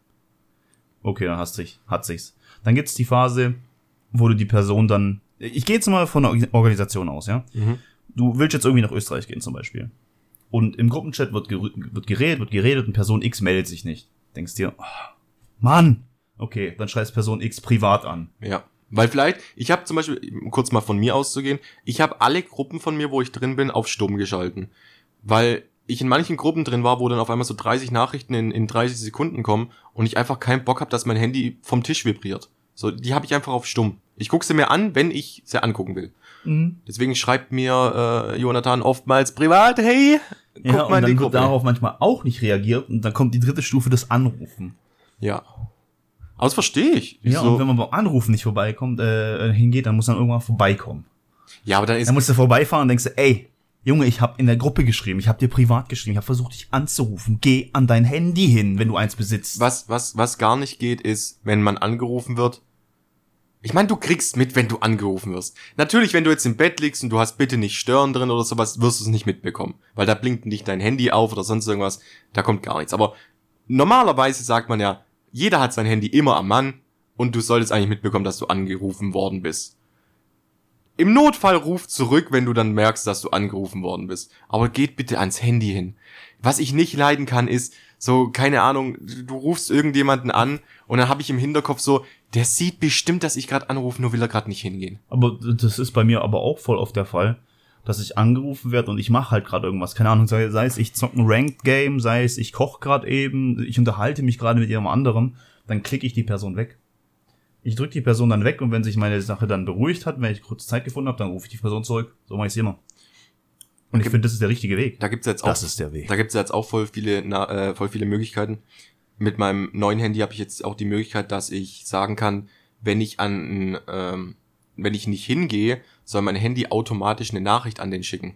Okay, dann hat sich's. Dann gibt's die Phase, wo du die Person dann, ich gehe jetzt mal von einer Organisation aus, ja. Mhm. Du willst jetzt irgendwie nach Österreich gehen zum Beispiel. Und im Gruppenchat wird geredet und Person X meldet sich nicht. Denkst dir, oh, Mann, okay, dann schreibst Person X privat an. Ja. Weil vielleicht, ich habe zum Beispiel, kurz mal von mir auszugehen, ich habe alle Gruppen von mir, wo ich drin bin, auf Stumm geschalten. Weil ich in manchen Gruppen drin war, wo dann auf einmal so 30 Nachrichten in 30 Sekunden kommen und ich einfach keinen Bock habe, dass mein Handy vom Tisch vibriert. So, die habe ich einfach auf Stumm. Ich gucke sie mir an, wenn ich sie angucken will. Mhm. Deswegen schreibt mir Jonathan oftmals privat, hey, guck mal in die Gruppe. Und dann wird darauf manchmal auch nicht reagiert und dann kommt die 3. Stufe, das Anrufen. Ja. Aber das verstehe ich. Ja, so. Und wenn man beim Anrufen nicht vorbeikommt, hingeht, dann muss man irgendwann vorbeikommen. Ja, aber dann musst du vorbeifahren und denkst du, ey, Junge, ich habe in der Gruppe geschrieben, ich habe dir privat geschrieben, ich habe versucht, dich anzurufen. Geh an dein Handy hin, wenn du eins besitzt. Was gar nicht geht, ist, wenn man angerufen wird. Ich meine, du kriegst mit, wenn du angerufen wirst. Natürlich, wenn du jetzt im Bett liegst und du hast bitte nicht stören drin oder sowas, wirst du es nicht mitbekommen. Weil da blinkt nicht dein Handy auf oder sonst irgendwas. Da kommt gar nichts. Aber normalerweise sagt man ja, jeder hat sein Handy immer am Mann und du solltest eigentlich mitbekommen, dass du angerufen worden bist. Im Notfall ruf zurück, wenn du dann merkst, dass du angerufen worden bist. Aber geht bitte ans Handy hin. Was ich nicht leiden kann, ist so, keine Ahnung, du rufst irgendjemanden an und dann habe ich im Hinterkopf so, der sieht bestimmt, dass ich gerade anrufe, nur will er gerade nicht hingehen. Aber das ist bei mir aber auch voll oft der Fall, dass ich angerufen werde und ich mache halt gerade irgendwas. Keine Ahnung, sei es ich zocke ein Ranked-Game, sei es ich koche gerade eben, ich unterhalte mich gerade mit jemand anderem, dann klicke ich die Person weg. Ich drücke die Person dann weg und wenn sich meine Sache dann beruhigt hat, wenn ich kurz Zeit gefunden habe, dann rufe ich die Person zurück. So mache ich es immer. Und ich finde, das ist der richtige Weg. Da gibt's jetzt das ist der Weg. Da gibt's jetzt auch voll viele Möglichkeiten. Mit meinem neuen Handy habe ich jetzt auch die Möglichkeit, dass ich sagen kann, wenn ich nicht hingehe, soll mein Handy automatisch eine Nachricht an den schicken.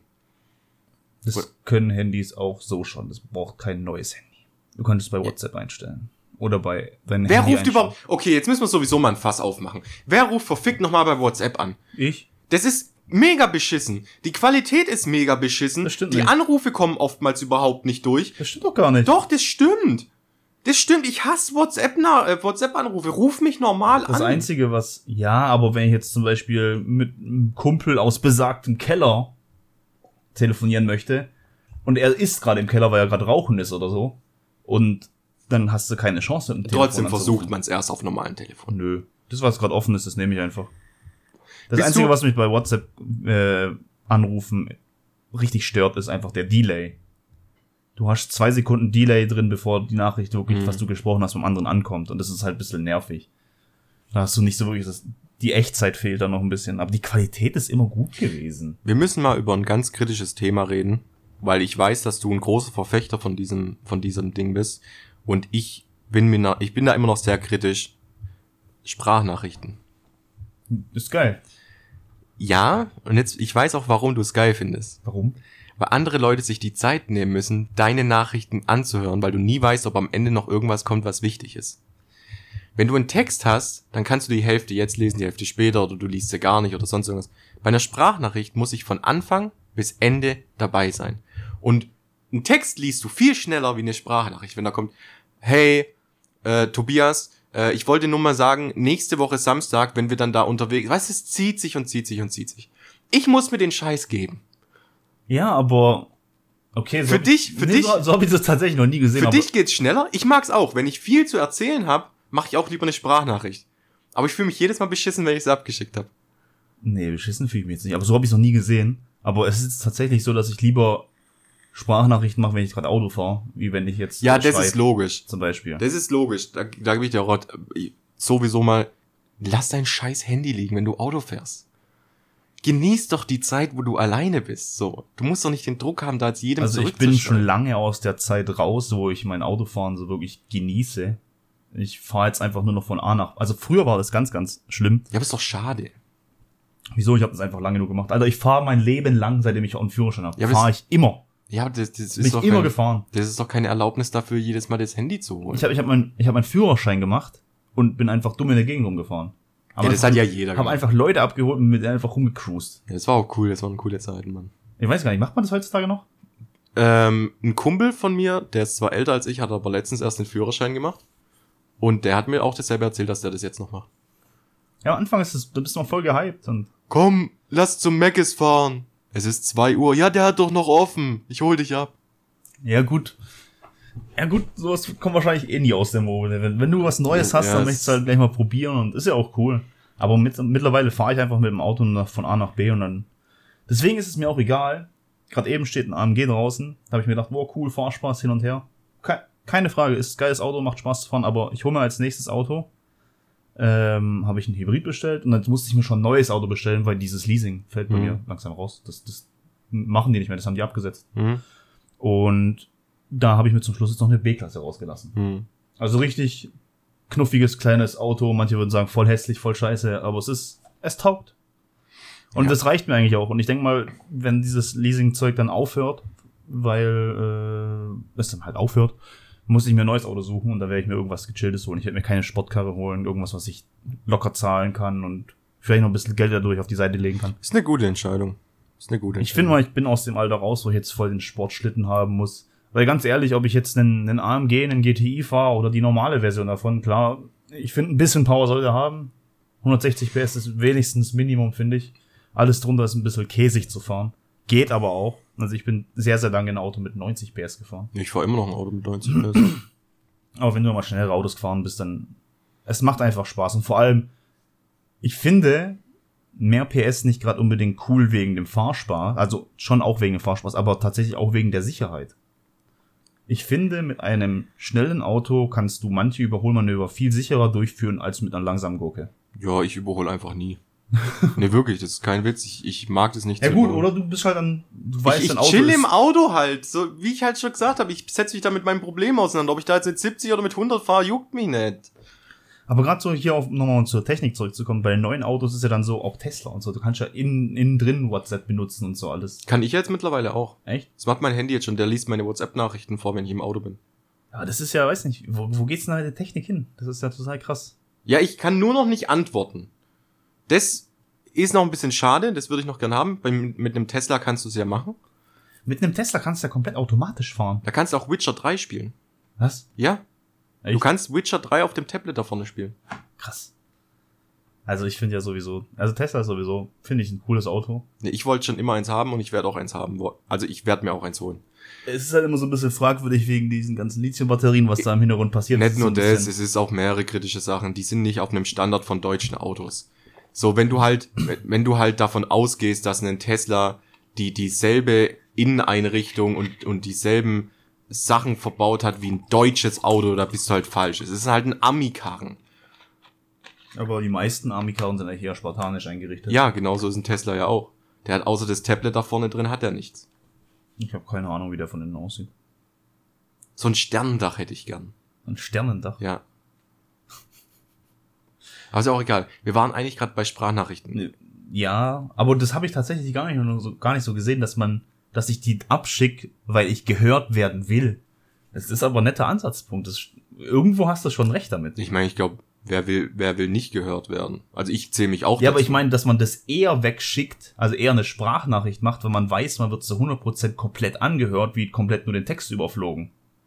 Das können Handys auch so schon. Das braucht kein neues Handy. Du könntest bei WhatsApp einstellen. Oder bei deinem Wer Handy ruft überhaupt... Okay, jetzt müssen wir sowieso mal ein Fass aufmachen. Wer ruft verfickt nochmal bei WhatsApp an? Ich? Das ist mega beschissen. Die Qualität ist mega beschissen. Das stimmt Die nicht. Anrufe kommen oftmals überhaupt nicht durch. Das stimmt doch gar nicht. Doch, das stimmt. Das stimmt. Ich hasse WhatsApp-Anrufe. Ruf mich normal Das an. Einzige, was... Ja, aber wenn ich jetzt zum Beispiel mit einem Kumpel aus besagtem Keller telefonieren möchte und er ist gerade im Keller, weil er gerade rauchen ist oder so und dann hast du keine Chance mit dem Telefon Trotzdem anzurufen. versucht man es erst auf normalen Telefon. Nö. Das, was gerade offen ist, das nehme ich einfach. Das Bist Einzige, du- was mich bei WhatsApp Anrufen richtig stört, ist einfach der Delay. Du hast 2 Sekunden Delay drin, bevor die Nachricht wirklich, was du gesprochen hast, vom anderen ankommt. Und das ist halt ein bisschen nervig. Da hast du nicht so wirklich die Echtzeit fehlt da noch ein bisschen. Aber die Qualität ist immer gut gewesen. Wir müssen mal über ein ganz kritisches Thema reden, weil ich weiß, dass du ein großer Verfechter von diesem Ding bist. Und ich bin da immer noch sehr kritisch. Sprachnachrichten. Ist geil. Ja, und jetzt, ich weiß auch, warum du es geil findest. Warum? Weil andere Leute sich die Zeit nehmen müssen, deine Nachrichten anzuhören, weil du nie weißt, ob am Ende noch irgendwas kommt, was wichtig ist. Wenn du einen Text hast, dann kannst du die Hälfte jetzt lesen, die Hälfte später, oder du liest sie gar nicht oder sonst irgendwas. Bei einer Sprachnachricht muss ich von Anfang bis Ende dabei sein. Und einen Text liest du viel schneller wie eine Sprachnachricht, wenn da kommt, hey, Tobias, ich wollte nur mal sagen, nächste Woche Samstag, wenn wir dann da unterwegs, weißt du, es zieht sich und zieht sich und zieht sich. Ich muss mir den Scheiß geben. Ja, aber okay. Für dich- So habe ich das tatsächlich noch nie gesehen. Für aber dich geht's schneller. Ich mag's auch. Wenn ich viel zu erzählen habe, mache ich auch lieber eine Sprachnachricht. Aber ich fühle mich jedes Mal beschissen, wenn ich sie abgeschickt habe. Nee, beschissen fühle ich mich jetzt nicht. Aber so habe ich es noch nie gesehen. Aber es ist tatsächlich so, dass ich lieber Sprachnachrichten mache, wenn ich gerade Auto fahre, wie wenn ich jetzt Ja, das schreibe, ist logisch. zum Beispiel. Das ist logisch. Da gebe ich dir auch sowieso mal, lass dein scheiß Handy liegen, wenn du Auto fährst. Genieß doch die Zeit, wo du alleine bist. So, du musst doch nicht den Druck haben, da jetzt jedem Also ich bin schon zurückzuschreiben. lange aus der Zeit raus, wo ich mein Autofahren so wirklich genieße. Ich fahre jetzt einfach nur noch von A nach... Also früher war das ganz, ganz schlimm. Ja, aber ist doch schade. Wieso? Ich habe das einfach lange nur gemacht. Alter, ich fahre mein Leben lang, seitdem ich auch einen Führerschein habe. Ja, aber Fahre ich immer. Ja, das Bin ist ich doch immer gefahren. das ist doch keine Erlaubnis dafür, jedes Mal das Handy zu holen. Ich hab meinen Führerschein gemacht und bin einfach dumm in der Gegend rumgefahren. Ja, das hat ja jeder Hab gemacht. einfach Leute abgeholt und mit denen einfach rumgecruised. Ja, das war auch cool, das waren coole Zeiten, Mann. Ich weiß gar nicht, macht man das heutzutage noch? Ein Kumpel von mir, der ist zwar älter als ich, hat aber letztens erst den Führerschein gemacht. Und der hat mir auch dasselbe erzählt, dass der das jetzt noch macht. Ja, am Anfang ist es, du bist noch voll gehypt und Komm, lass zum Meckes fahren. Es ist 2 Uhr. Ja, der hat doch noch offen. Ich hol dich ab. ja gut, sowas kommt wahrscheinlich eh nie aus der Mode. Wenn du was Neues hast, Ja, dann es- möchtest du halt gleich mal probieren und ist ja auch cool. Aber mittlerweile fahre ich einfach mit dem Auto von A nach B und dann, deswegen ist es mir auch egal. Gerade eben steht ein AMG draußen, da habe ich mir gedacht, wow, cool, Fahrspaß hin und her. Keine Frage, ist ein geiles Auto, macht Spaß zu fahren, aber ich hole mir als nächstes Auto, habe ich ein Hybrid bestellt und dann musste ich mir schon ein neues Auto bestellen, weil dieses Leasing fällt bei mir langsam raus. Das machen die nicht mehr, das haben die abgesetzt. Hm? Und da habe ich mir zum Schluss jetzt noch eine B-Klasse rausgelassen. Hm. Also richtig knuffiges, kleines Auto. Manche würden sagen, voll hässlich, voll scheiße, aber es taugt. Und Ja. das reicht mir eigentlich auch. Und ich denke mal, wenn dieses Leasing-Zeug dann aufhört, weil es dann halt aufhört, muss ich mir ein neues Auto suchen und da werde ich mir irgendwas Gechilltes holen. Ich werde mir keine Sportkarre holen, irgendwas, was ich locker zahlen kann und vielleicht noch ein bisschen Geld dadurch auf die Seite legen kann. Ist eine gute Entscheidung. Ist eine gute Ich finde mal, ich bin aus dem Alter raus, wo ich jetzt voll den Sportschlitten haben muss. Weil ganz ehrlich, ob ich jetzt einen AMG, einen GTI fahre oder die normale Version davon, klar, ich finde, ein bisschen Power sollte er haben. 160 PS ist wenigstens Minimum, finde ich. Alles drunter ist ein bisschen käsig zu fahren. Geht aber auch. Also ich bin sehr, sehr lange ein Auto mit 90 PS gefahren. Ich fahre immer noch ein Auto mit 90 PS. Aber wenn du mal schnellere Autos gefahren bist, dann, es macht einfach Spaß. Und vor allem, ich finde, mehr PS nicht gerade unbedingt cool wegen dem Fahrspaß, also schon auch wegen dem Fahrspaß, aber tatsächlich auch wegen der Sicherheit. Ich finde, mit einem schnellen Auto kannst du manche Überholmanöver viel sicherer durchführen als mit einer langsamen Gurke. Ja, ich überhole einfach nie. Nee, wirklich, das ist kein Witz. Ich mag das nicht Ja zu gut, überholen. oder du bist halt dann, du weißt, Ich dein Auto chill ist, im Auto halt, so wie ich halt schon gesagt habe, ich setze mich da mit meinem Problem auseinander. Ob ich da jetzt mit 70 oder mit 100 fahre, juckt mich nicht. aber gerade so hier auf nochmal zur Technik zurückzukommen, bei den neuen Autos ist ja dann so, auch Tesla und so, du kannst ja innen drin WhatsApp benutzen und so alles. Kann ich jetzt mittlerweile auch. Echt? Das macht mein Handy jetzt schon, der liest meine WhatsApp-Nachrichten vor, wenn ich im Auto bin. Aber das ist ja, weiß nicht, wo geht's denn mit der Technik hin? Das ist ja total krass. Ja, ich kann nur noch nicht antworten. Das ist noch ein bisschen schade, das würde ich noch gern haben. Mit einem Tesla kannst du es ja machen. Mit einem Tesla kannst du ja komplett automatisch fahren. Da kannst du auch Witcher 3 spielen. Was? Ja. Echt? Du kannst Witcher 3 auf dem Tablet da vorne spielen. Krass. Also ich finde ja sowieso, also Tesla ist sowieso, finde ich ein cooles Auto. Nee, ich wollte schon immer eins haben und ich werde auch eins haben. Also ich werde mir auch eins holen. Es ist halt immer so ein bisschen fragwürdig wegen diesen ganzen Lithium-Batterien, was da im Hintergrund passiert. Nicht nur so das, es ist auch mehrere kritische Sachen. Die sind nicht auf einem Standard von deutschen Autos. So, wenn du halt davon ausgehst, dass ein Tesla dieselbe Inneneinrichtung und dieselben Sachen verbaut hat wie ein deutsches Auto, da bist du halt falsch. Es ist halt ein Ami-Karren. Aber die meisten Ami-Karren sind eigentlich eher spartanisch eingerichtet. Ja, genauso ist ein Tesla ja auch. Der hat außer das Tablet da vorne drin, hat er nichts. Ich habe keine Ahnung, wie der von innen aussieht. So ein Sternendach hätte ich gern. Ein Sternendach? Ja. Aber ist ja auch egal. Wir waren eigentlich gerade bei Sprachnachrichten. Ja, aber das habe ich tatsächlich gar nicht so gesehen, dass ich die abschick, weil ich gehört werden will. Das ist aber ein netter Ansatzpunkt. Irgendwo hast du schon recht damit. Ich meine, ich glaube, wer will nicht gehört werden? Also ich zähle mich auch Ja, dazu. aber ich meine, dass man das eher wegschickt, also eher eine Sprachnachricht macht, wenn man weiß, man wird zu 100% komplett angehört, wie komplett nur den Text überflogen.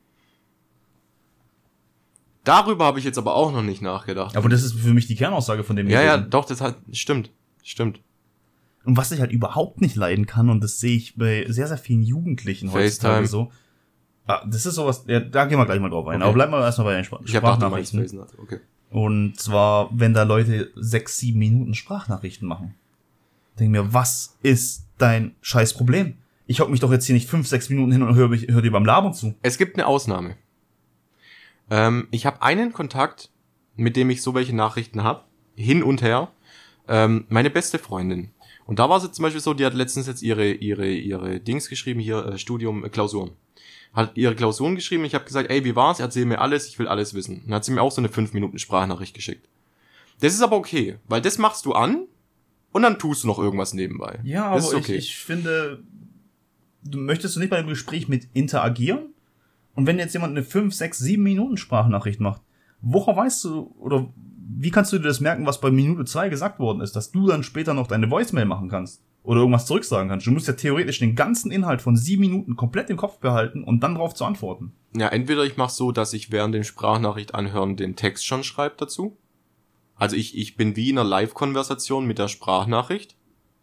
Darüber habe ich jetzt aber auch noch nicht nachgedacht. Aber das ist für mich die Kernaussage von dem Ja, gewesen. doch, das stimmt. Und was ich halt überhaupt nicht leiden kann, und das sehe ich bei sehr, sehr vielen Jugendlichen heutzutage so. Das ist sowas, ja, da gehen wir gleich mal drauf ein. Okay. Aber bleiben wir erstmal bei den Ich habe gedacht, du meinst Sprachnachrichten. FaceNet. Okay. Und zwar, wenn da Leute 6-7 Minuten Sprachnachrichten machen. Denke mir, was ist dein scheiß Problem? Ich hock mich doch jetzt hier nicht 5-6 Minuten hin und hör dir beim Labern zu. Es gibt eine Ausnahme. Ich habe einen Kontakt, mit dem ich so welche Nachrichten habe, hin und her. Meine beste Freundin. Und da war es jetzt zum Beispiel so, die hat letztens jetzt ihre Dings geschrieben, hier Studium, Klausuren. Hat ihre Klausuren geschrieben, ich habe gesagt, ey, wie war's? Erzähl mir alles, ich will alles wissen. Und dann hat sie mir auch so eine 5 Minuten Sprachnachricht geschickt. Das ist aber okay, weil das machst du an und dann tust du noch irgendwas nebenbei. Ja, das aber ist okay. ich finde, möchtest du nicht bei dem Gespräch mit interagieren? Und wenn jetzt jemand eine 5, 6, 7 Minuten Sprachnachricht macht, woher weißt du, oder wie kannst du dir das merken, was bei Minute 2 gesagt worden ist, dass du dann später noch deine Voicemail machen kannst? Oder irgendwas zurücksagen kannst. Du musst ja theoretisch den ganzen Inhalt von 7 Minuten komplett im Kopf behalten und dann drauf zu antworten. Ja, entweder ich mache so, dass ich während dem Sprachnachricht anhören den Text schon schreibe dazu. Also ich bin wie in einer Live-Konversation mit der Sprachnachricht.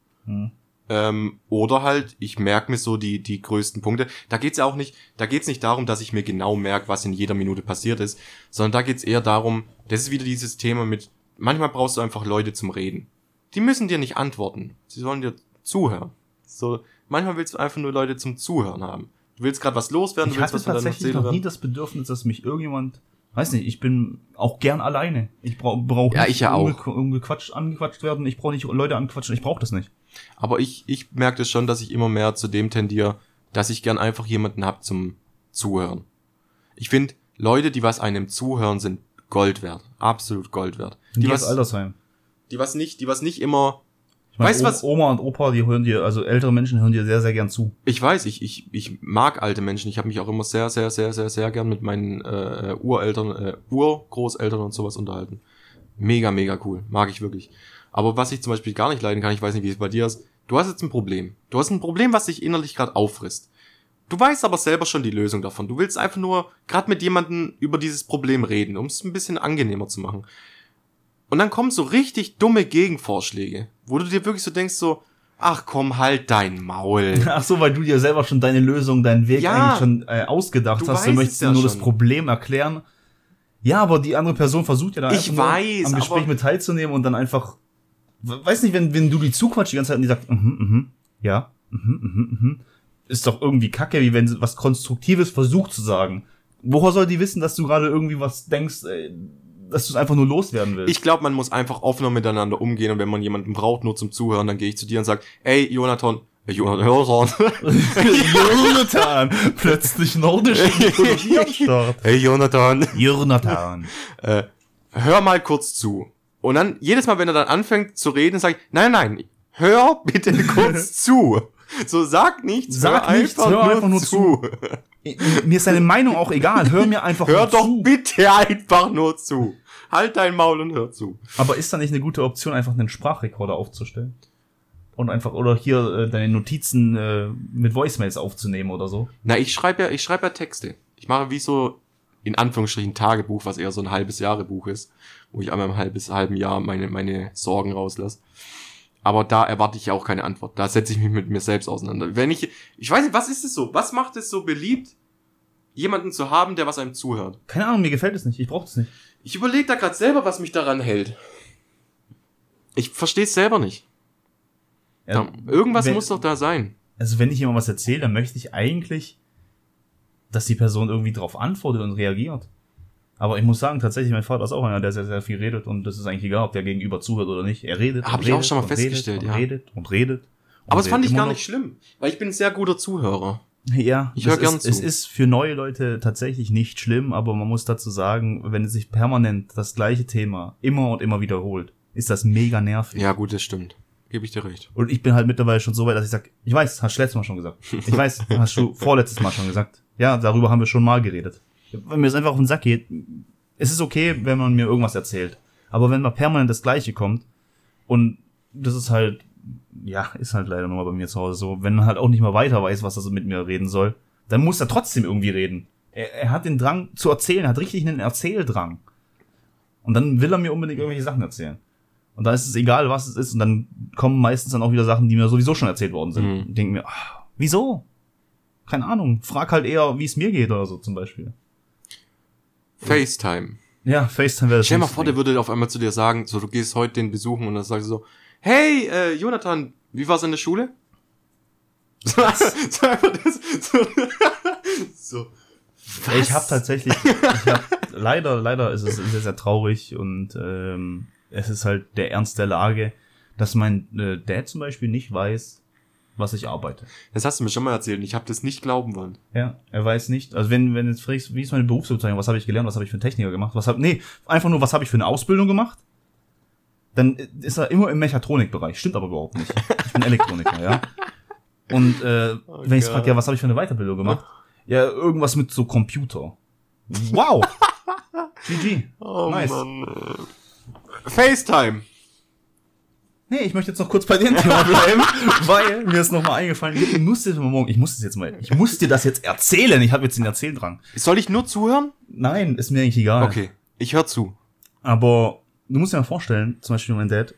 Oder halt, ich merke mir so die größten Punkte. Da geht's nicht darum, dass ich mir genau merke, was in jeder Minute passiert ist, sondern da geht's eher darum, das ist wieder dieses Thema mit, manchmal brauchst du einfach Leute zum Reden. Die müssen dir nicht antworten. Sie sollen dir zuhören. So, manchmal willst du einfach nur Leute zum Zuhören haben. Du willst gerade was loswerden, Ich du willst hatte was von deiner tatsächlich Seele noch nie werden. das Bedürfnis, dass mich irgendjemand, weiß nicht, ich bin auch gern alleine. Ich brauche Ja, ich ja auch. angequatscht werden, ich brauche nicht Leute anquatschen, ich brauche das nicht. Aber ich merke das schon, dass ich immer mehr zu dem tendiere, dass ich gern einfach jemanden hab zum Zuhören. Ich finde, Leute, die was einem zuhören, sind Gold wert. Absolut Gold wert. Die was Altersheim. Die was nicht immer. Ich meine, Weißt du was? Oma und Opa, die hören dir, also ältere Menschen hören dir sehr, sehr gern zu. Ich weiß, ich mag alte Menschen. Ich habe mich auch immer sehr, sehr, sehr, sehr, sehr gern mit meinen Urgroßeltern und sowas unterhalten. Mega, mega cool. Mag ich wirklich. Aber was ich zum Beispiel gar nicht leiden kann, ich weiß nicht, wie es bei dir ist, du hast jetzt ein Problem. Du hast ein Problem, was dich innerlich gerade auffrisst. Du weißt aber selber schon die Lösung davon. Du willst einfach nur gerade mit jemandem über dieses Problem reden, um es ein bisschen angenehmer zu machen. Und dann kommen so richtig dumme Gegenvorschläge, wo du dir wirklich so denkst so, ach komm, halt dein Maul. Ach so, weil du dir selber schon deine Lösung, deinen Weg eigentlich schon ausgedacht du hast. Du weißt möchtest es ja dir nur schon. das Problem erklären. Ja, aber die andere Person versucht ja da Ich einfach weiß, nur am Gespräch aber- mit teilzunehmen und dann einfach, weiß nicht, wenn du die zuquatscht die ganze Zeit und die sagt, ja, ist doch irgendwie kacke, wie wenn sie was Konstruktives versucht zu sagen. Woher soll die wissen, dass du gerade irgendwie was denkst, dass du es einfach nur loswerden willst? Ich glaube, man muss einfach offener miteinander umgehen und wenn man jemanden braucht, nur zum Zuhören, dann gehe ich zu dir und sag, ey, Jonathan, Jonathan, plötzlich nordische Mythologie am Start. hey Jonathan, Jonathan. hör mal kurz zu. Und dann, jedes Mal, wenn er dann anfängt zu reden, sag ich, nein, hör bitte kurz zu. So, sag nichts, Sag nichts, hör einfach nur zu. Mir ist deine Meinung auch egal. Hör mir einfach Hör nur doch zu. bitte einfach nur zu. Halt dein Maul und hör zu. Aber ist da nicht eine gute Option, einfach einen Sprachrekorder aufzustellen? Und einfach, oder hier deine Notizen mit Voicemails aufzunehmen oder so? Na, ich schreibe ja Texte. Ich mache wie so, in Anführungsstrichen, Tagebuch, was eher so ein halbes Jahrebuch ist, wo ich einmal im halben Jahr meine Sorgen rauslasse. Aber da erwarte ich auch keine Antwort. Da setze ich mich mit mir selbst auseinander. Wenn ich weiß nicht, was ist es so? Was macht es so beliebt, jemanden zu haben, der was einem zuhört? Keine Ahnung, mir gefällt es nicht. Ich brauche es nicht. Ich überlege da gerade selber, was mich daran hält. Ich verstehe es selber nicht. Ja, irgendwas muss doch da sein. Also wenn ich jemand was erzähle, dann möchte ich eigentlich, dass die Person irgendwie drauf antwortet und reagiert. Aber ich muss sagen, tatsächlich, mein Vater ist auch einer, der sehr, sehr viel redet und das ist eigentlich egal, ob der Gegenüber zuhört oder nicht. Er redet. Habe ich auch schon mal festgestellt, ja. Redet. Aber das fand ich gar nicht schlimm, weil ich bin ein sehr guter Zuhörer. Ja, ich höre gern zu. Es ist für neue Leute tatsächlich nicht schlimm, aber man muss dazu sagen, wenn es sich permanent das gleiche Thema immer und immer wiederholt, ist das mega nervig. Ja, gut, das stimmt. Gebe ich dir recht. Und ich bin halt mittlerweile schon so weit, dass ich sage, ich weiß, hast du letztes Mal schon gesagt. Ich weiß, hast du vorletztes Mal schon gesagt. Ja, darüber haben wir schon mal geredet. Wenn mir das einfach auf den Sack geht, es ist okay, wenn man mir irgendwas erzählt. Aber wenn mal permanent das Gleiche kommt, und das ist halt, ja, ist halt leider nochmal bei mir zu Hause so, wenn man halt auch nicht mal weiter weiß, was er so mit mir reden soll, dann muss er trotzdem irgendwie reden. Er hat den Drang zu erzählen, hat richtig einen Erzähldrang. Und dann will er mir unbedingt irgendwelche Sachen erzählen. Und dann ist es egal, was es ist, und dann kommen meistens dann auch wieder Sachen, die mir sowieso schon erzählt worden sind. Und denke mir, wieso? Keine Ahnung. Frag halt eher, wie es mir geht oder so zum Beispiel. FaceTime. Ja, FaceTime wäre das. Stell dir mal vor, der würde auf einmal zu dir sagen, so, du gehst heute den besuchen und dann sagst du so, hey, Jonathan, wie war's in der Schule? So einfach das, so. Was? Ich habe tatsächlich, leider ist es sehr, sehr traurig und es ist halt der Ernst der Lage, dass mein Dad zum Beispiel nicht weiß, was ich arbeite. Das hast du mir schon mal erzählt und ich habe das nicht glauben wollen. Ja, er weiß nicht. Also wenn du jetzt fragst, wie ist meine Berufsbezeichnung, was habe ich gelernt, was habe ich für einen Techniker gemacht, einfach nur, was habe ich für eine Ausbildung gemacht, dann ist er immer im Mechatronikbereich. Stimmt aber überhaupt nicht. Ich bin Elektroniker, ja. Und wenn ich frage, ja, was habe ich für eine Weiterbildung gemacht? Ja, irgendwas mit so Computer. Wow! GG. Oh nice. Mann. FaceTime. Nee, ich möchte jetzt noch kurz bei dem Thema bleiben, weil mir ist noch mal eingefallen, ich muss dir das jetzt erzählen, ich habe jetzt den Erzähldrang. Soll ich nur zuhören? Nein, ist mir eigentlich egal. Okay, ich höre zu. Aber du musst dir mal vorstellen, zum Beispiel mein Dad,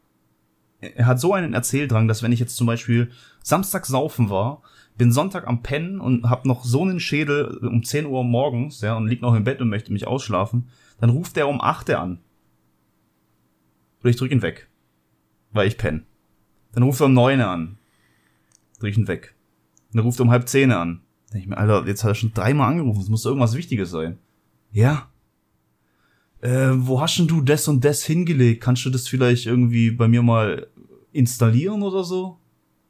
er hat so einen Erzähldrang, dass wenn ich jetzt zum Beispiel Samstag saufen war, bin Sonntag am Pennen und hab noch so einen Schädel um 10 Uhr morgens, ja, und lieg noch im Bett und möchte mich ausschlafen, dann ruft er um 8 Uhr an. Oder ich drück ihn weg. Weil ich penne. Dann ruft er um 9 Uhr an. Drück ich ihn weg. Dann ruft er um 9:30 an. Denke ich mir, Alter, jetzt hat er schon 3-mal angerufen, es muss doch irgendwas Wichtiges sein. Ja. Wo hast denn du das und das hingelegt? Kannst du das vielleicht irgendwie bei mir mal installieren oder so?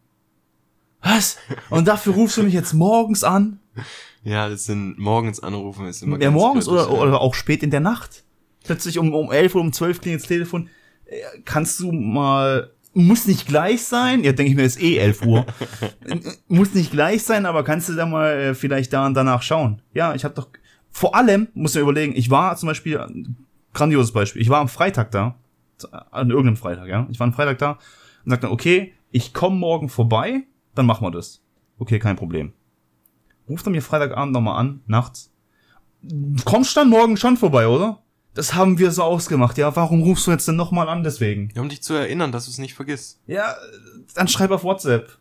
Was? Und dafür rufst du mich jetzt morgens an? Ja, das sind morgens Anrufen ist immer ja, morgens oder auch spät in der Nacht. Plötzlich um 11 oder um 12 klingelt das Telefon. Kannst du mal, muss nicht gleich sein, ja, denke ich mir, ist 11 Uhr. Muss nicht gleich sein, aber kannst du da mal vielleicht da und danach schauen? Ja, ich habe doch, vor allem, muss ich mir überlegen, ich war zum Beispiel, grandioses Beispiel, ich war am Freitag da, an irgendeinem Freitag, ja, ich war am Freitag da und sagte, okay, ich komme morgen vorbei, dann machen wir das. Okay, kein Problem. Ruft er mir Freitagabend nochmal an, nachts. Kommst dann morgen schon vorbei, oder? Das haben wir so ausgemacht, ja. Warum rufst du jetzt denn nochmal an deswegen? Ja, um dich zu erinnern, dass du es nicht vergisst. Ja, dann schreib auf WhatsApp.